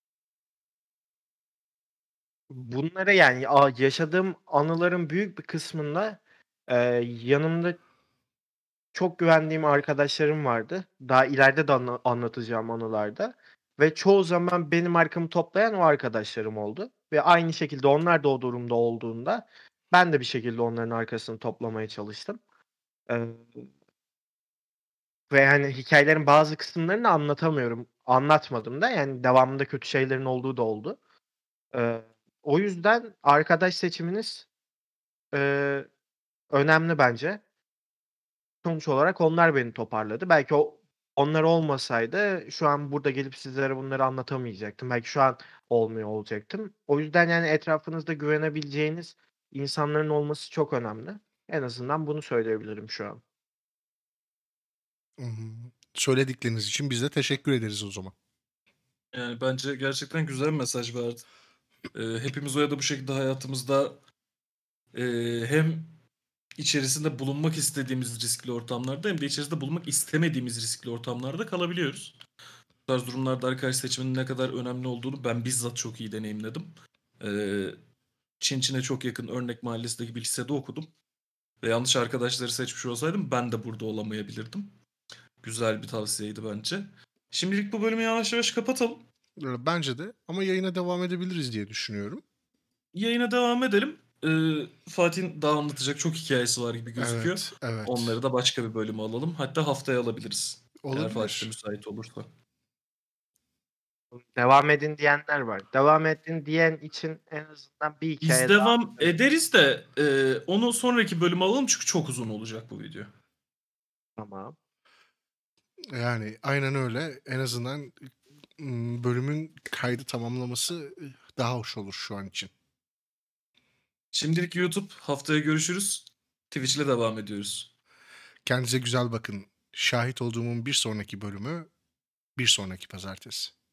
[SPEAKER 3] Bunlara yani a yaşadığım anıların büyük bir kısmında, eee, yanımda çok güvendiğim arkadaşlarım vardı. Daha ileride de anla anlatacağım anılarda ve çoğu zaman benim arkamı toplayan o arkadaşlarım oldu ve aynı şekilde onlar da o durumda olduğunda ben de bir şekilde onların arkasını toplamaya çalıştım. Eee, ve hani hikâyelerin bazı kısımlarını anlatamıyorum. Anlatmadım da yani devamında kötü şeylerin olduğu da oldu. Eee, o yüzden arkadaş seçiminiz, eee, önemli bence. Sonuç olarak onlar beni toparladı. Belki o onlar olmasaydı şu an burada gelip sizlere bunları anlatamayacaktım. Belki şu an olmuyor olacaktım. O yüzden, yani, etrafınızda güvenebileceğiniz insanların olması çok önemli. En azından bunu söyleyebilirim şu an.
[SPEAKER 1] Hımm. Söyledikleriniz için biz de teşekkür ederiz o zaman.
[SPEAKER 2] Yani, bence gerçekten güzel bir mesaj verdin. Eee, hepimiz o ya da bu şekilde hayatımızda, eee, hem içerisinde bulunmak istediğimiz riskli ortamlarda hem de içerisinde bulunmak istemediğimiz riskli ortamlarda kalabiliyoruz. Bu tarz durumlarda arkadaş seçiminin ne kadar önemli olduğunu ben bizzat çok iyi deneyimledim. Eee, Çin Çin'e çok yakın Örnek Mahallesi'ndeki bir lisede okudum ve yanlış arkadaşları seçmiş olsaydım ben de burada olamayabilirdim. Güzel bir tavsiyeydi bence. Şimdilik bu bölümü yavaş yavaş kapatalım.
[SPEAKER 1] Eee, bence de ama yayına devam edebiliriz diye düşünüyorum.
[SPEAKER 2] Yayına devam edelim. Eee, Fatih'in daha anlatacak çok hikâyesi var gibi gözüküyor.
[SPEAKER 1] Evet, evet.
[SPEAKER 2] Onları da başka bir bölüme alalım. Hatta haftaya alabiliriz. Eğer Fatih de
[SPEAKER 1] Olabilir.
[SPEAKER 2] müsait olursa.
[SPEAKER 3] Devam edin diyenler var. Devam edin diyen için en azından bir
[SPEAKER 2] Biz
[SPEAKER 3] hikâye daha
[SPEAKER 2] devam
[SPEAKER 3] anlatırım.
[SPEAKER 2] ederiz de, eee, onu sonraki bölüme alalım çünkü çok uzun olacak bu video.
[SPEAKER 3] Tamam.
[SPEAKER 1] Yani aynen öyle. En azından, ımm, bölümün kaydı tamamlaması, ıh, daha hoş olur şu an için.
[SPEAKER 2] Şimdilik YouTube, haftaya görüşürüz. Twitch ile devam ediyoruz.
[SPEAKER 1] Kendinize güzel bakın. Şahit olduğumun bir sonraki bölümü, bir sonraki pazartesi.